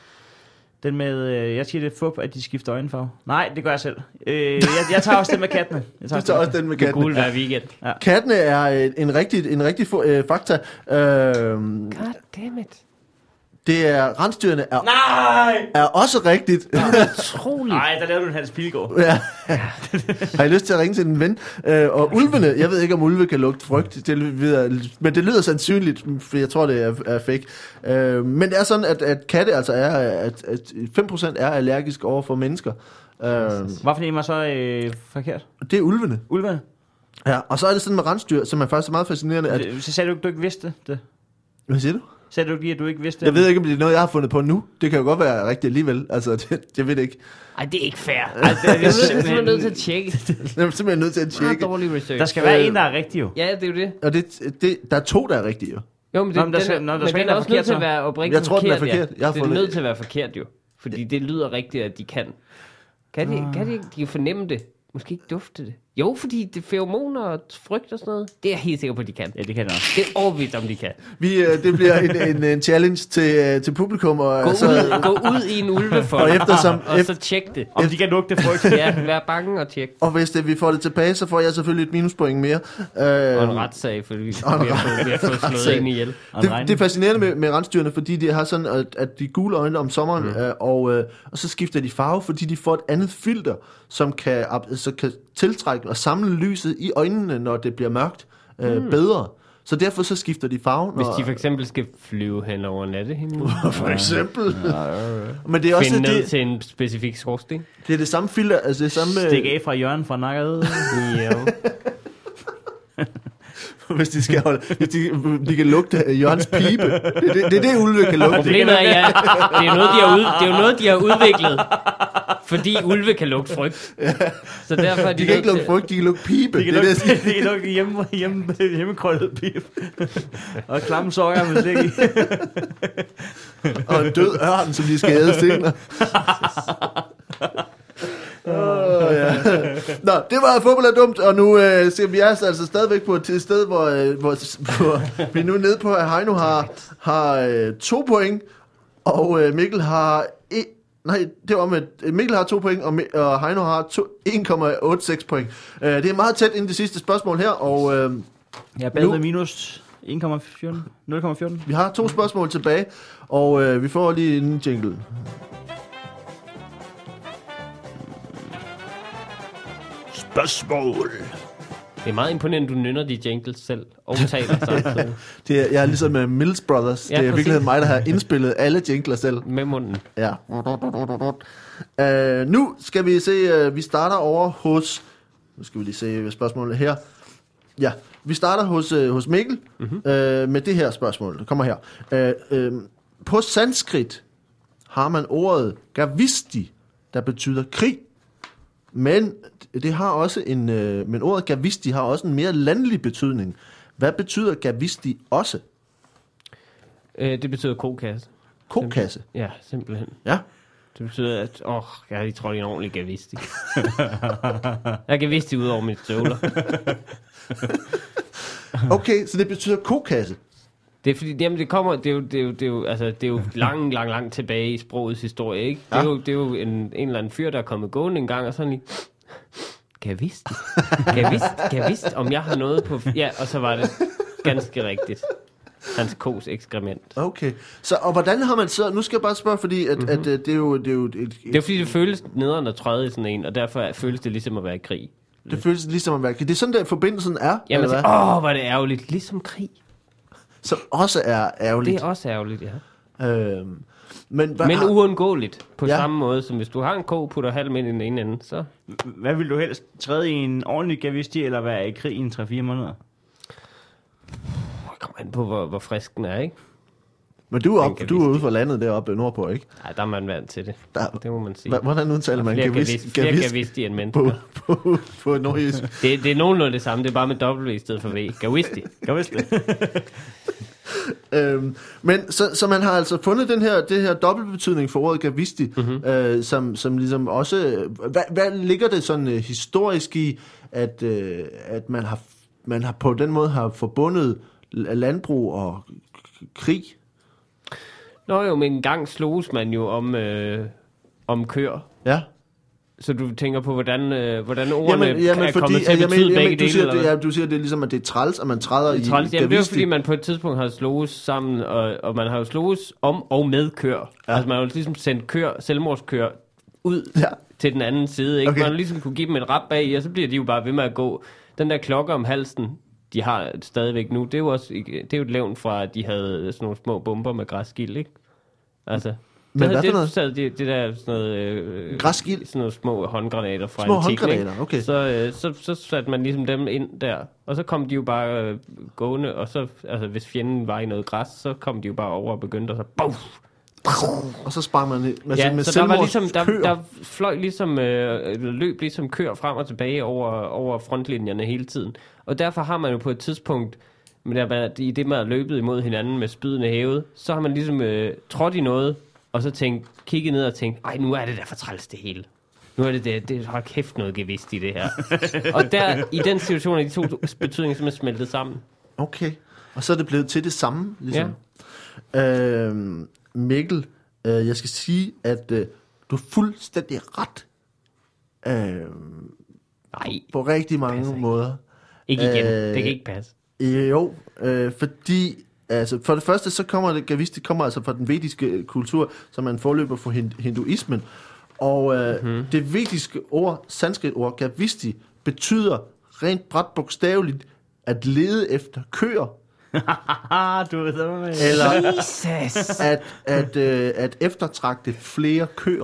den med, øh, jeg siger det fup, at de skifter øjenfarve. Nej, det gør jeg selv. Øh, jeg, jeg tager også den med kattene. Jeg Du tager også den med Det er katten. gul hver weekend. Kattene er en, en rigtig, en rigtig øh, fakta. Øh, God damn it. det er, rensdyrene er, Nej! er også rigtigt. Utroligt. Nej, der lavede du en Hans Pilgaard. Ja. Har I lyst til at ringe til en ven? Øh, og ulvene, jeg ved ikke, om ulve kan lugte frygt, det ved, men det lyder sandsynligt, for jeg tror, det er, er fake. Øh, men det er sådan, at, at katte altså er, at, at fem procent er allergiske over for mennesker. Øh, Hvorfor er mig så øh, forkert? det er ulvene. Ulve? Ja, og så er det sådan med rensdyr, som er faktisk meget fascinerende. At, Så sagde du ikke, du ikke vidste det? hvad siger du? Sagde du ikke lige, at du ikke vidste det? Jeg ved ikke, om det er noget, jeg har fundet på nu. Det kan jo godt være rigtigt alligevel. Altså, det, jeg ved det ikke. Ej, det er ikke fair. Ej, det er Jeg er simpelthen- simpelthen nødt til at tjekke. Jeg er simpelthen nødt til at Det tjekke. er dårlig research. Der skal være Øh, en, der er rigtig jo. Ja, det er jo det. Og det, det, der er to, der er rigtige. Jo. Jo, men, det, Nå, men der den, skal- er, nå, der men skal den en, er der er også nødt til forkert, at være oprigtigt Jeg tror, den er forkert. forkert. Jeg har Det er fundet- nødt til at være forkert jo. Fordi det lyder rigtigt, at de kan. Kan de, kan de ikke? De kan fornemme det. Måske ikke dufte det. Jo, fordi det er feromoner og frygt og sådan noget. Det er jeg helt sikker på, at de kan. Ja, det kan det også. Det er overbevist, om de kan. Vi, øh, det bliver en, en, en challenge til, øh, til publikum. Og, Gå, så, ud, gå ud i en ulvefond, Og eftersom- og så tjek det. Om de kan lugte frygt. Ja, vær bange og tjek. og hvis det, vi får det tilbage, så får jeg selvfølgelig et minuspoint mere. Øh, Og en retssag, fordi vi, vi, Og en har, fået, vi har fået slået retssag. ind ihjel. Og en det, regning. det er fascinerende med, med rensdyrene, fordi de har sådan, at, at de gule øjne om sommeren, mm. øh, og, øh, og så skifter de farve, fordi de får et andet filter, som kan, ab- så kan tiltrække og samle lyset i øjnene, når det bliver mørkt, øh, mm. bedre. Så derfor så skifter de farve. Hvis Når, de for eksempel skal flyve hen over nattehimlen. for eksempel. Men det er også Finde ned det, til en specifik skorsten. det er det samme filter, altså det samme. Stik af fra Jørgen fra nakket. Ja. Hvis de skal holde, hvis de, de kan lugte af Jørgens pibe. Det er det, det, er det ulve kan lugte. Problemet er, ja, det er, noget, de har ud, det er jo noget, de har udviklet Fordi ulve kan lugte frygt. Så derfor er de, De kan ikke lugte frygt, de kan lugte pibe. De kan Det er det, lugte, jeg siger. de kan lugte hjemme, hjemme, hjemmekrøllet pip. Og klamme sokker med slik i. Og en død ørn, som de skal æde senere. Oh, ja. Nå, det var fodbold er dumt, og nu øh, ser vi er altså stadigvæk på et sted, hvor, øh, hvor, hvor vi er nu nede på, at Heino har, har øh, to point, og øh, Mikkel har... E- nej, det var med Mikkel har to point, og, Mi- og Heino har to, en komma otteogtres point. Øh, det er meget tæt ind det sidste spørgsmål her, og øh, Jeg er bagud med minus en komma fjorten. nul komma fjorten. vi har to spørgsmål tilbage, og øh, vi får lige en jingle. Spørgsmål. Det er meget imponerende, at du nynner de jingles selv og taler samtidig Det er, jeg er ligesom med Mills Brothers. Ja, Det er i præcis. virkeligheden mig, der har indspillet alle jingler selv. med munden. Ja. Uh, nu skal vi se, uh, vi starter over hos... Nu skal vi lige se spørgsmålet her. Ja, vi starter hos, uh, hos Mikkel mm-hmm. uh, med det her spørgsmål. Det kommer her. Uh, uh, på sanskrit har man ordet gavisti, der betyder krig. Men det har også en, uh, men ordet gavisti har også en mere landlig betydning. Hvad betyder gavisti også? Øh, det betyder kokasse. Kokasse. Ja, simpelthen. Ja. Det betyder, at åh, jeg har lige trådt i en ordentlig gavisti. Jeg er gavisti ud over mit støvler. Okay, så det betyder kokasse. Det er fordi, jamen det kommer, det er jo, det er jo, det er jo, altså, det er jo lang, lang, lang tilbage i sprogets historie, ikke? Det er Ja. jo, det er jo en, en eller anden fyr, der er kommet gående en gang, og sådan lige, kan jeg vidste, kan jeg vidste, kan jeg vidste, om jeg har noget på, ja, og så var det ganske rigtigt. Hans kos ekskrement. Okay. Så, og hvordan har man så... Nu skal jeg bare spørge, fordi at, mm-hmm. at, at det er jo... Det er jo et, et, Det er fordi, det føles nederen at træde i sådan en, og derfor føles det ligesom at være i krig. det føles ligesom at være... Det er sådan, der forbindelsen er, Jamen, eller altså, hvad? åh, hvor er det ærgerligt. Ligesom krig. Som også er ærgerligt. Det er også ærgerligt, ja. Øhm, men hvad Men har, uundgåeligt. På Ja. ja. samme måde, som hvis du har en ko, putter halv ind i den ene ende, så... Hvad vil du helst? Træde i en ordentlig gavisti, eller være i krig i en tre fire måneder? Kommer an på, hvor, hvor frisk den er, ikke? men du er, Den op, kan du er vise ude for landet deroppe nordpå, ikke? Nej, der er man vant til det. Der, Det må man sige. hva- hvordan udtaler man Flere gavis, gavis, flere gavis gavisti end på, mennesker. på, på nordjysk? Det, det er nogenlunde det samme, det er bare med W i stedet for V. Gavisti. Gavisti. Øhm, men så, så man har altså fundet den her, det her dobbeltbetydning for ordet gavisti, mm-hmm. øh, som, som ligesom også... Hvad, hvad ligger det sådan øh, historisk i, at, øh, at man, har, man har på den måde har forbundet landbrug og k- krig? Nå jo, men en gang sloges man jo om, øh, om køer. Ja. Så du tænker på, hvordan, øh, hvordan ordene Jamen, jamen, er fordi, kommet til at jamen, betyde jamen, begge du dele? siger, eller det, hvad? ja, du siger, det er ligesom, at det er træls, at man træder i Træls. Jamen, det er jo gavisti. fordi, man på et tidspunkt har sloges sammen, og, og man har jo sloges om og med køer. Ja. Altså, man har jo ligesom sendt køer, selvmordskøer ud Ja. til den anden side. Ikke? Okay. Man har ligesom kunne give dem et rap bag, og så bliver de jo bare ved med at gå. Den der klokke om halsen, de har stadigvæk nu, det er jo også det er jo et levn fra, at de havde sådan nogle små bomber med græsgild, ikke? Altså... Men det, hvad for det, noget? Så det, det der sådan noget... Øh, Græsgild? Sådan nogle små håndgranater fra Små antikken, håndgranater, ikke? okay. Så, øh, så, så satte man ligesom dem ind der, og så kom de jo bare øh, gående, og så, altså hvis fjenden var i noget græs, så kom de jo bare over og begyndte, og så... Boff! Og så sprang man med, Ja, med så der var ligesom, der, selvmordskøer. der fløj ligesom, øh, eller løb ligesom køer frem og tilbage over, over frontlinjerne hele tiden. Og derfor har man jo på et tidspunkt, men der var, i det med at løbet imod hinanden med spydene hævet, så har man ligesom øh, trådt i noget, og så tænkt, kigget ned og tænkt, ej, nu er det der for træls det hele. Nu er det det, det har kæft noget gevist i det her. Og der, i den situation, er de to betydninger simpelthen smeltet sammen. Okay, og så er det blevet til det samme, ligesom. Ja. Øhm, Mikkel, øh, jeg skal sige, at øh, du er fuldstændig ret. Øhm, Nej, på rigtig mange passer ikke. måder. ikke igen. Øh, Det kan ikke passe. Jo, øh, fordi altså, for det første, så kommer det, gavisti kommer altså fra den vediske kultur, som er en forløber for hin- hinduismen. Og øh, mm-hmm. det vediske ord, sanskrit ord, gavisti, betyder rent bræt bogstaveligt at lede efter køer. Du ved det, med. Eller Jesus! at, at, øh, at eftertragte flere køer.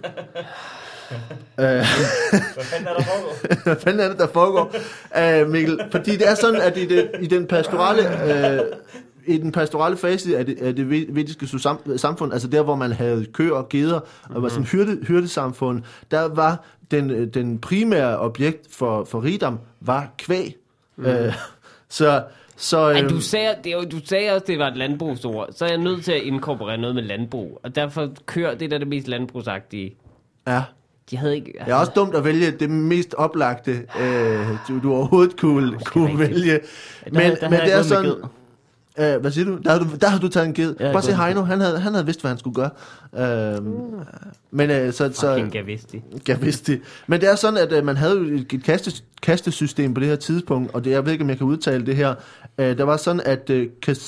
Hvad fanden er der foregår? Hvad fanden er det, der foregår, uh, Mikkel? Fordi det er sådan, at i, det, i den pastorale, uh, i den pastorale fase af det, af det vediske samfund, altså der, hvor man havde køer og geder, mm-hmm. og var sådan hyrde, hyrdesamfund, der var den, den primære objekt for, for rigdom, var kvæg. Mm. Øh, så... Så, Ej, du sagde, det, du sagde også, det var et landbrugsord. Så er jeg nødt til at inkorporere noget med landbrug. Og derfor kører det der det mest landbrugsagtige. Ja. De havde ikke... Det er også dumt at vælge det mest oplagte, øh, du, du overhovedet kunne, kunne vælge. Men, der, der men det er sådan... Øh, hvad siger du? Der har du, der har du taget en ged. Ja, Bare se Heino, han havde, han havde vidst, hvad han skulle gøre. Øh, mm. Men øh, så... så Fucking Gavisti. Gavisti. Men det er sådan, at øh, man havde jo et kaste, kastesystem på det her tidspunkt, og det, jeg ved ikke, om jeg kan udtale det her. Øh, der var sådan, at øh,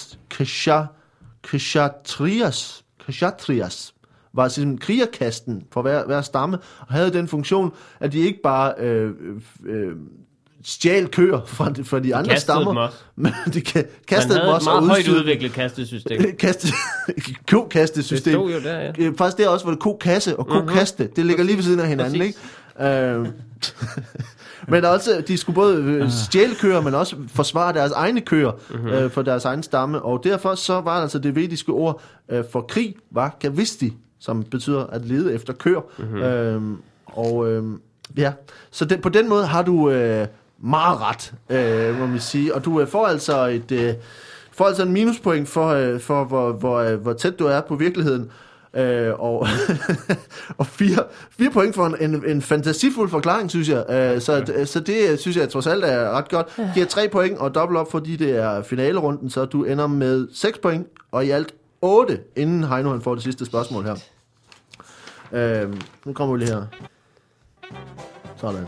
Kshatriyas, Kshatriyas var simpelthen krigerkasten for hver, hver stamme, og havde den funktion, at de ikke bare øh, øh, stjal køer fra de, fra de andre kastede stammer, men de ka- kastede dem også. Man havde et meget højt udstyrede, udviklet kastesystem. Kaste, ko-kastesystem. Det stod jo der, ja. Faktisk der også var det ko-kasse og ko-kaste. Det ligger lige ved siden af hinanden, Præcis. ikke? Øh, men også, de skulle både stjæle køer, men også forsvare deres egne køer mm-hmm. øh, for deres egen stamme. Og derfor så var altså det vediske ord øh, for krig, var gavisti, som betyder at lede efter køer. Mm-hmm. Øh, og øh, ja, så den, på den måde har du øh, meget ret, øh, må man sige. Og du øh, får altså et øh, får altså en minuspoint for, øh, for hvor, hvor, øh, hvor tæt du er på virkeligheden. Øh, og og fire, fire point for en, en, en fantasifuld forklaring, synes jeg. Øh, så, så det synes jeg trods alt er ret godt. Giver tre point og dobbelt op, fordi det er finalerunden, så du ender med seks point, og i alt otte, inden Heino han får det sidste spørgsmål her. Øh, nu kommer vi lige her. Sådan.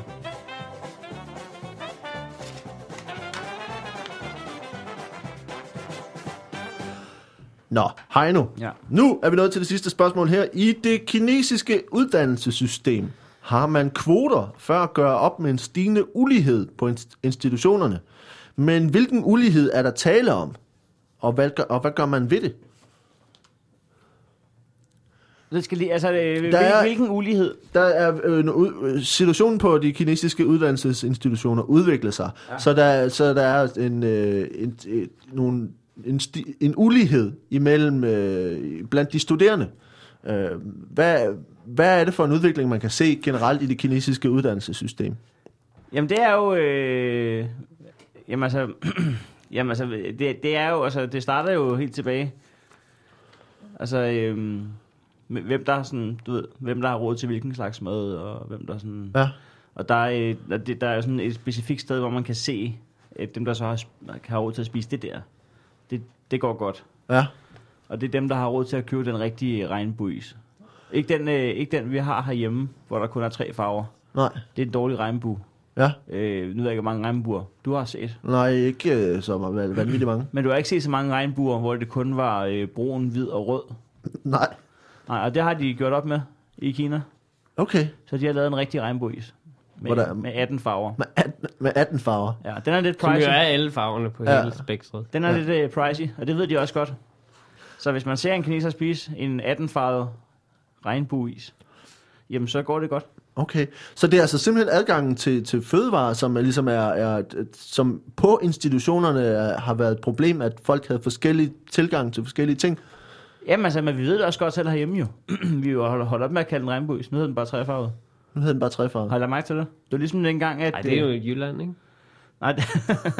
Nå, Heino. Ja. Nu er vi nået til det sidste spørgsmål her. I det kinesiske uddannelsessystem har man kvoter for at gøre op med en stigende ulighed på institutionerne. Men hvilken ulighed er der tale om? Og hvad gør, og hvad gør man ved det? Det skal lige, altså, øh, hvil, er, hvilken ulighed? Der er øh, situationen på de kinesiske uddannelsesinstitutioner udvikler sig. Ja. Så, der, så der er en, øh, en, en, nogle... En, sti, en ulighed imellem øh, blandt de studerende. Øh, hvad, hvad er det for en udvikling, man kan se generelt i det kinesiske uddannelsessystem? Jamen det er jo... Øh, jamen altså... jamen altså, det, det er jo... Altså, det starter jo helt tilbage. Altså, øh, hvem der er sådan... Du ved, hvem der har råd til hvilken slags mad, og hvem der sådan... Ja. Og der er, der, der er sådan et specifikt sted, hvor man kan se, at dem, der så har, har råd til at spise det der, Det, det går godt. Ja. Og det er dem, der har råd til at købe den rigtige regnbueis. Ikke den, øh, ikke den, vi har herhjemme, hvor der kun er tre farver. Nej. Det er en dårlig regnbue. Ja. Øh, nu ved jeg ikke, hvor mange regnbuer du har set. Nej, ikke øh, så vanvittigt mange. Men du har ikke set så mange regnbuer, hvor det kun var øh, brun, hvid og rød. Nej. Nej, og det har de gjort op med i Kina. Okay. Så de har lavet en rigtig regnbueis. Med, der, med atten farver. Med atten, med atten farver? Ja, den er lidt Som pricey. jo er alle farverne på ja. hele spektret. Den er ja. lidt uh, pricey, og det ved de også godt. Så hvis man ser en kineser spise en atten-farvet regnbueis, jamen så går det godt. Okay, så det er altså simpelthen adgangen til, til fødevarer, som er, ligesom er, er, som på institutionerne er, har været et problem, at folk havde forskellige tilgang til forskellige ting? Jamen altså, men vi ved det også godt selv herhjemme jo. Vi jo holdt holdt op med at kalde den regnbueis, nu hedder den bare trefarvet. Nu hedder den bare trefarvet. Har I lagt mærke til det? Det var ligesom dengang, at... Nej, det er jo i Jylland, ikke? Nej, det...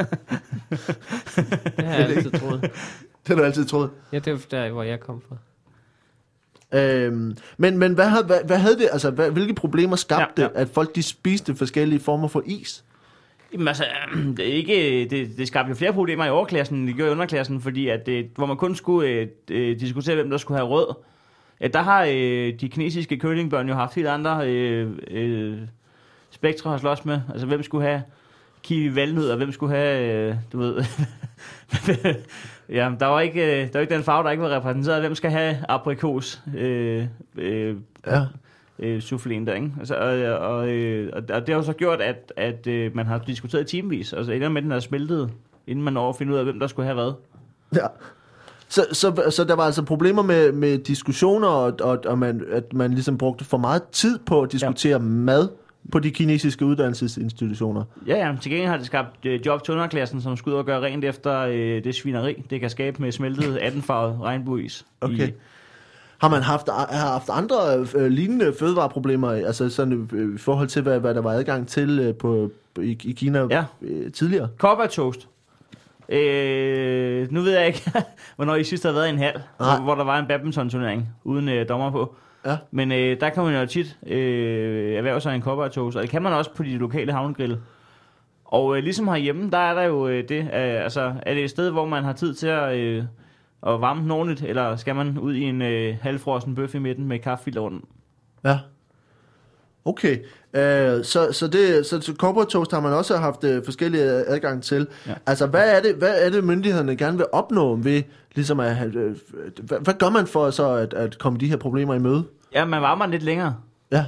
det har jeg altid troet. Det har du altid troet? Ja, det er der, hvor jeg kom fra. Øhm, men men hvad, havde, hvad, hvad havde det, altså hvad, hvilke problemer skabte, ja, ja. at folk de spiste forskellige former for is? Jamen altså, det, er ikke, det, det skabte jo flere problemer i overklassen, end det gjorde i underklassen, fordi at det, hvor man kun skulle øh, diskutere, hvem der skulle have rød, ja, der har øh, de kinesiske curlingbørn jo haft helt andre øh, øh, spektre at slås med. Altså, hvem skulle have kiwi valnød, og hvem skulle have, øh, du ved... ja, der var, ikke, der var ikke den farve, der ikke var repræsenteret. Hvem skal have aprikos øh, øh, ja. øh, souffléen der, ikke? Altså, og, og, øh, og det har jo så gjort, at, at øh, man har diskuteret timevis. Altså, ender med den er smeltet, inden man når at finde ud af, hvem der skulle have hvad. Ja. Så, så, så der var altså problemer med, med diskussioner, og, og, og man, at man ligesom brugte for meget tid på at diskutere ja. mad, på de kinesiske uddannelsesinstitutioner. Ja, ja. Til gengæld har det skabt øh, job til underklassen, som skal ud og gøre rent efter øh, det svineri, det kan skabe med smeltet atten-farvet regnbueis. Okay. I, har man haft, har haft andre øh, lignende fødevareproblemer, altså sådan øh, i forhold til, hvad, hvad der var adgang til øh, på, i, i Kina ja. øh, tidligere? Cowboy-toast. Øh, nu ved jeg ikke, hvornår I sidst har været i en hal, hvor, hvor der var en badminton-turnering uden øh, dommer på. Ja. Men øh, der kan man jo tit øh, erhverve sig en cowboy-toast, og det kan man også på de lokale havnegrille. Og øh, ligesom herhjemme, der er der jo øh, det, øh, altså er det et sted, hvor man har tid til at, øh, at varme den ordentligt, eller skal man ud i en øh, halvfrossen bøf i midten med kaffefilter rundt? Ja. Okay, uh, så, så, det, så, så corporate toast har man også haft uh, forskellige adgang til. Ja. Altså, hvad er, det, hvad er det, myndighederne gerne vil opnå ved, ligesom at, uh, hvad, hvad gør man for så at, at komme de her problemer i møde? Ja, man varmer lidt længere. Ja.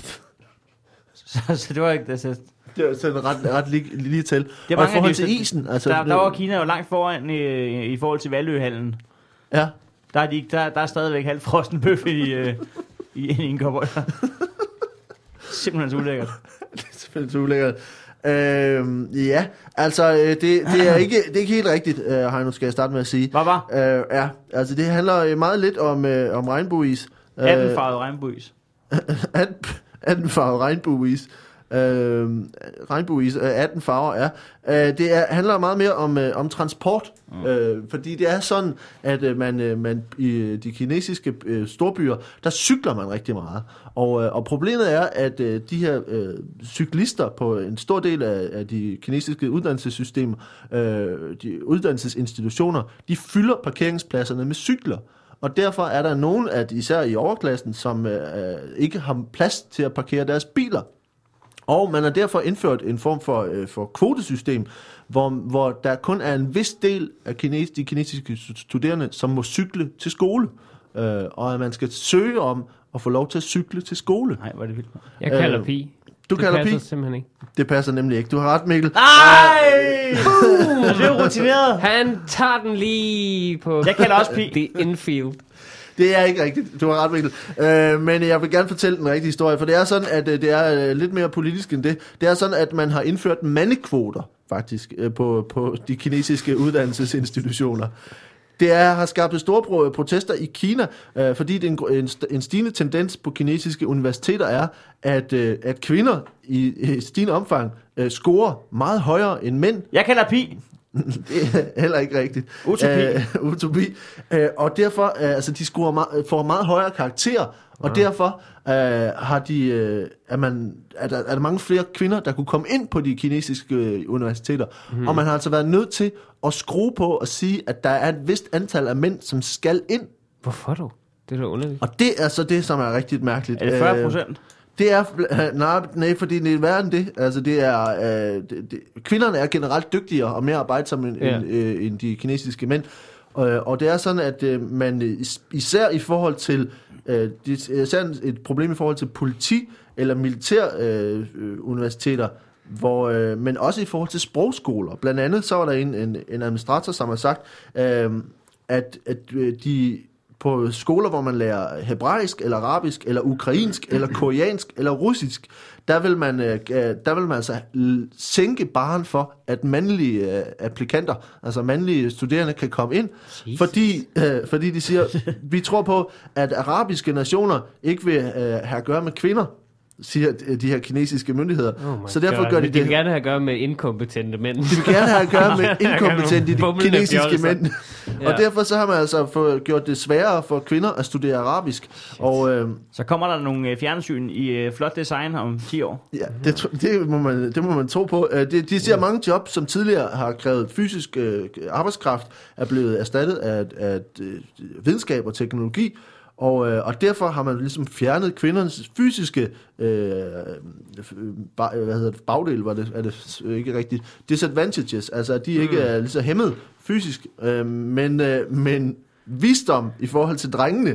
så, så det var ikke det så. Det var sådan ret, ret lige, lige til. Det og i forhold til isen, altså... Der, der var Kina jo langt foran i, i forhold til Valøhallen. Ja. Der er, de, der, der er stadigvæk halvfrosten bøf i, uh, i, i en cowboy. Simpelthen så ulækkert. Det er simpelthen så ulækkert. Øhm, ja, altså, det, det, er ikke, det er ikke helt rigtigt, uh, Heino, skal jeg starte med at sige. Hvad var? Uh, ja, altså det handler meget lidt om, uh, om regnbueis. attenfarvet regnbueis. attenfarvet regnbueis. Øh, regnbueis, øh, atten farver, ja. Øh, det er, handler meget mere om, øh, om transport, mm. øh, fordi det er sådan, at øh, man, øh, man i de kinesiske øh, storbyer, der cykler man rigtig meget. Og, øh, og problemet er, at øh, de her øh, cyklister på en stor del af, af de kinesiske uddannelsessystemer, øh, de uddannelsesinstitutioner, de fylder parkeringspladserne med cykler. Og derfor er der nogen, at især i overklassen, som øh, ikke har plads til at parkere deres biler. Og man har derfor indført en form for, øh, for kvotesystem, hvor, hvor der kun er en vis del af kines, de kinesiske studerende, som må cykle til skole. Øh, og at man skal søge om at få lov til at cykle til skole. Nej, hvor er det vildt. Jeg kalder øh, pi. Du det kalder passer pi? simpelthen ikke. Det passer nemlig ikke. Du har ret, Mikkel. Ej! Det er rutineret. Han tager den lige på... Jeg kalder også pi. The infield. Det er ikke rigtigt, du har ret, Mikkel. Øh, men jeg vil gerne fortælle den rigtige historie, for det er sådan, at øh, det er øh, lidt mere politisk end det. Det er sådan, at man har indført mandekvoter, faktisk, øh, på, på de kinesiske uddannelsesinstitutioner. Det er, har skabt store protester i Kina, øh, fordi det er en, en stigende tendens på kinesiske universiteter er, at, øh, at kvinder i, i stigende omfang øh, scorer meget højere end mænd. Jeg kalder pi. Det er heller ikke rigtigt. Utopi. Uh, utopi. Uh, og derfor, uh, altså, de scorer meget, får meget højere karakterer, og ja. derfor uh, har de, uh, er, man, er, der, er der mange flere kvinder, der kunne komme ind på de kinesiske universiteter. Mm. Og man har altså været nødt til at skrue på og sige, at der er et vist antal af mænd, som skal ind. Hvorfor dog? Det er da underligt. Og det er så det, som er rigtig mærkeligt. Er det fyrre procent? Uh, Det er, nej, nej, fordi det er værre end det. Altså, det er, øh, det, det, kvinderne er generelt dygtigere og mere arbejdsomme end, ja. end, øh, end de kinesiske mænd. Øh, og det er sådan, at øh, man især i forhold til, øh, det er især et problem i forhold til politi eller militær øh, universiteter, hvor, øh, men også i forhold til sprogskoler. Blandt andet så var der en, en, en administrator, som har sagt, øh, at, at de... på skoler, hvor man lærer hebraisk, eller arabisk, eller ukrainsk, eller koreansk, eller russisk, der vil man, der vil man altså sænke barren for, at mandlige applikanter, altså mandlige studerende, kan komme ind, fordi, fordi de siger, vi tror på, at arabiske nationer ikke vil have at gøre med kvinder, siger de her kinesiske myndigheder. Oh så derfor God. gør de, de det. vil gerne have at gøre med inkompetente mænd. De vil gerne have at gøre med inkompetente de kinesiske mænd. Ja. Og derfor så har man altså fået gjort det sværere for kvinder at studere arabisk. Og, øh, så kommer der nogle fjernsyn i øh, flot design om ti år. Ja, det, det, må, man, det må man tro på. De, de ser mange job, som tidligere har krævet fysisk øh, arbejdskraft, er blevet erstattet af, af øh, videnskab og teknologi. Og, øh, og derfor har man ligesom fjernet kvindernes fysiske øh, ba, hvad hedder det, bagdel, var det, er det ikke rigtigt, disadvantages, altså at de ikke er lige så hæmmet fysisk, øh, men, øh, men visdom i forhold til drengene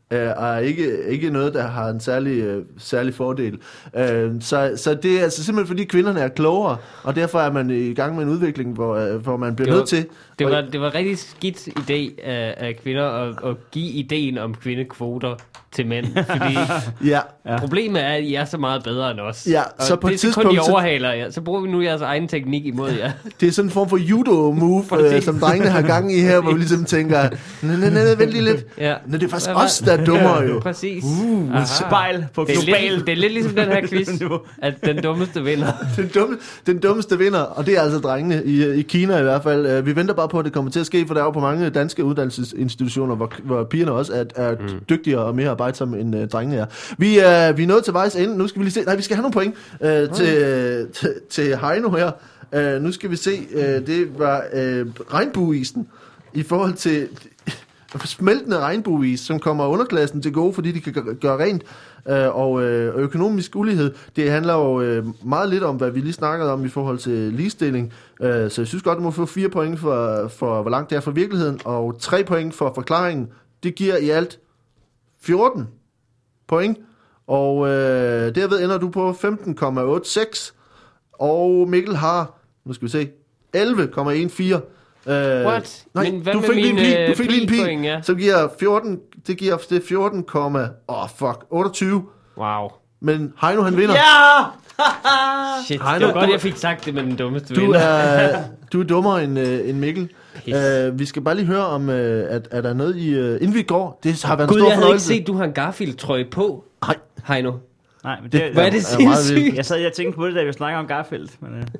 øh, er ikke, ikke noget, der har en særlig, øh, særlig fordel. Øh, så, så det er altså simpelthen fordi kvinderne er klogere, og derfor er man i gang med en udvikling, hvor, øh, hvor man bliver Det var- nødt til... Det og- var, det var rigtig skidt idé af, af kvinder at, at give ideen om kvindekvoter til mænd, fordi Ja, ja. problemet er, at I er så meget bedre end os. Ja, og så på det et er kun tidspunkt, de så- overhaler jer. Så bruger vi nu jeres egen teknik imod jer. det er sådan en form for judo-move, øh, Præcis. som drengene har gang i her, hvor vi ligesom tænker, nej, nej, nej, vent lige lidt. Ja. Nå, det er faktisk Hvad var- os, der er dummere jo. Præcis. Uh, Aha. Spejl på Det er, global. lidt, det er lidt ligesom den her quiz, niveau. at den dummeste vinder. Den, dumme, den dummeste vinder, og det er altså drengene i, i Kina i hvert fald. Øh, Vi venter bare på, at det kommer til at ske, for der er jo på mange danske uddannelsesinstitutioner, hvor, hvor pigerne også er, er mm. dygtigere og mere arbejdsomme end uh, drengene er. Vi er, vi er nået til vejs ende. Nu skal vi lige se. Nej, vi skal have nogle point uh, til, til, til Heino her. Uh, nu skal vi se. Uh, det var uh, regnbueisen i forhold til smeltende regnbueis, som kommer underklassen til gode, fordi de kan gøre- gøre rent. Øh, og øh, økonomisk ulighed, det handler jo øh, meget lidt om, hvad vi lige snakkede om i forhold til ligestilling. Øh, så jeg synes godt, du må få fire point for, for hvor langt det er fra virkeligheden, og tre point for forklaringen. Det giver i alt fjorten point. Og øh, derved ender du på femten komma otte seks. Og Mikkel har, nu skal vi se, elleve komma fjorten. Øh, What? Nej, Men hvad du med fik lige en mine, pil, du øh, fik lige en pilpoint, pil, ja? som giver fjorten, det giver det er fjorten, åh oh fuck, otteogtyve. Wow. Men Heino han vinder. Ja! Shit, Ej, det var du- godt, du- jeg fik sagt det med den dummeste Du vinder. er, du er dummere end, øh, end Mikkel. Pis. Uh, vi skal bare lige høre om, uh, at er der noget i, uh, inden vi går, det har været en Gud, stor jeg havde ikke fornøjelse. set, du har en Garfield-trøje på, Nej, Heino. Nej, men Det- det, Hvor er det er meget sindssygt. jeg sad og tænkte på det, da vi snakker om Garfield. Men, øh,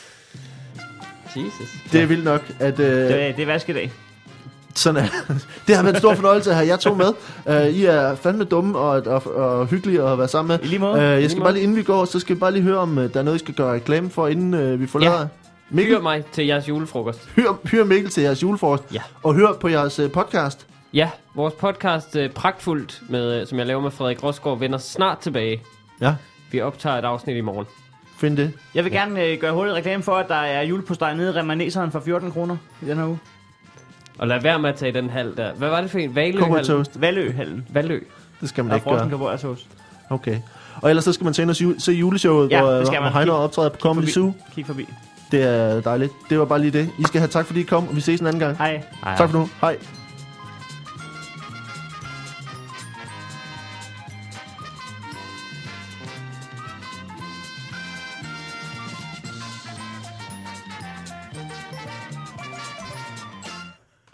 Jesus. det er vildt nok, at uh, det, er, det er vaskedag. sådan er. Det har været en stor fornøjelse at have jer to med. Uh, I er fandme dumme og, og, og hyggelige at være sammen med. I lige måde. Uh, jeg lige skal måde. bare lige, inden vi går, så skal vi bare lige høre, om uh, der er noget, I skal gøre reklame for, inden uh, vi forlader. Ja. Mikkel, Hyr mig til jeres julefrokost. hyr, hyr Mikkel til jeres julefrokost. Ja. Og hør på jeres uh, podcast. Ja, vores podcast uh, Pragtfuldt, med, som jeg laver med Frederik Rosgaard, vender snart tilbage. Ja, Vi optager et afsnit i morgen. find det. Jeg vil gerne øh, gøre hurtigt reklame for, at der er julepostej nede i Remaneseren for fjorten kroner i den her uge. Og lad være med at tage den halv der. Hvad var det for en? Kåber Valøhallen? toast. Valøhallen. Valø. Det skal man Der er ikke gøre. frossen kabotasauce. Okay. Og ellers så skal man tage ind og ju- se juleshowet, Ja, hvor, det skal hvor man. Heino Kig- optræder på Comedy forbi. Zoo. Kig forbi. Det er dejligt. Det var bare lige det. I skal have tak, fordi I kom, og vi ses en anden gang. Hej. Tak for nu. Hej.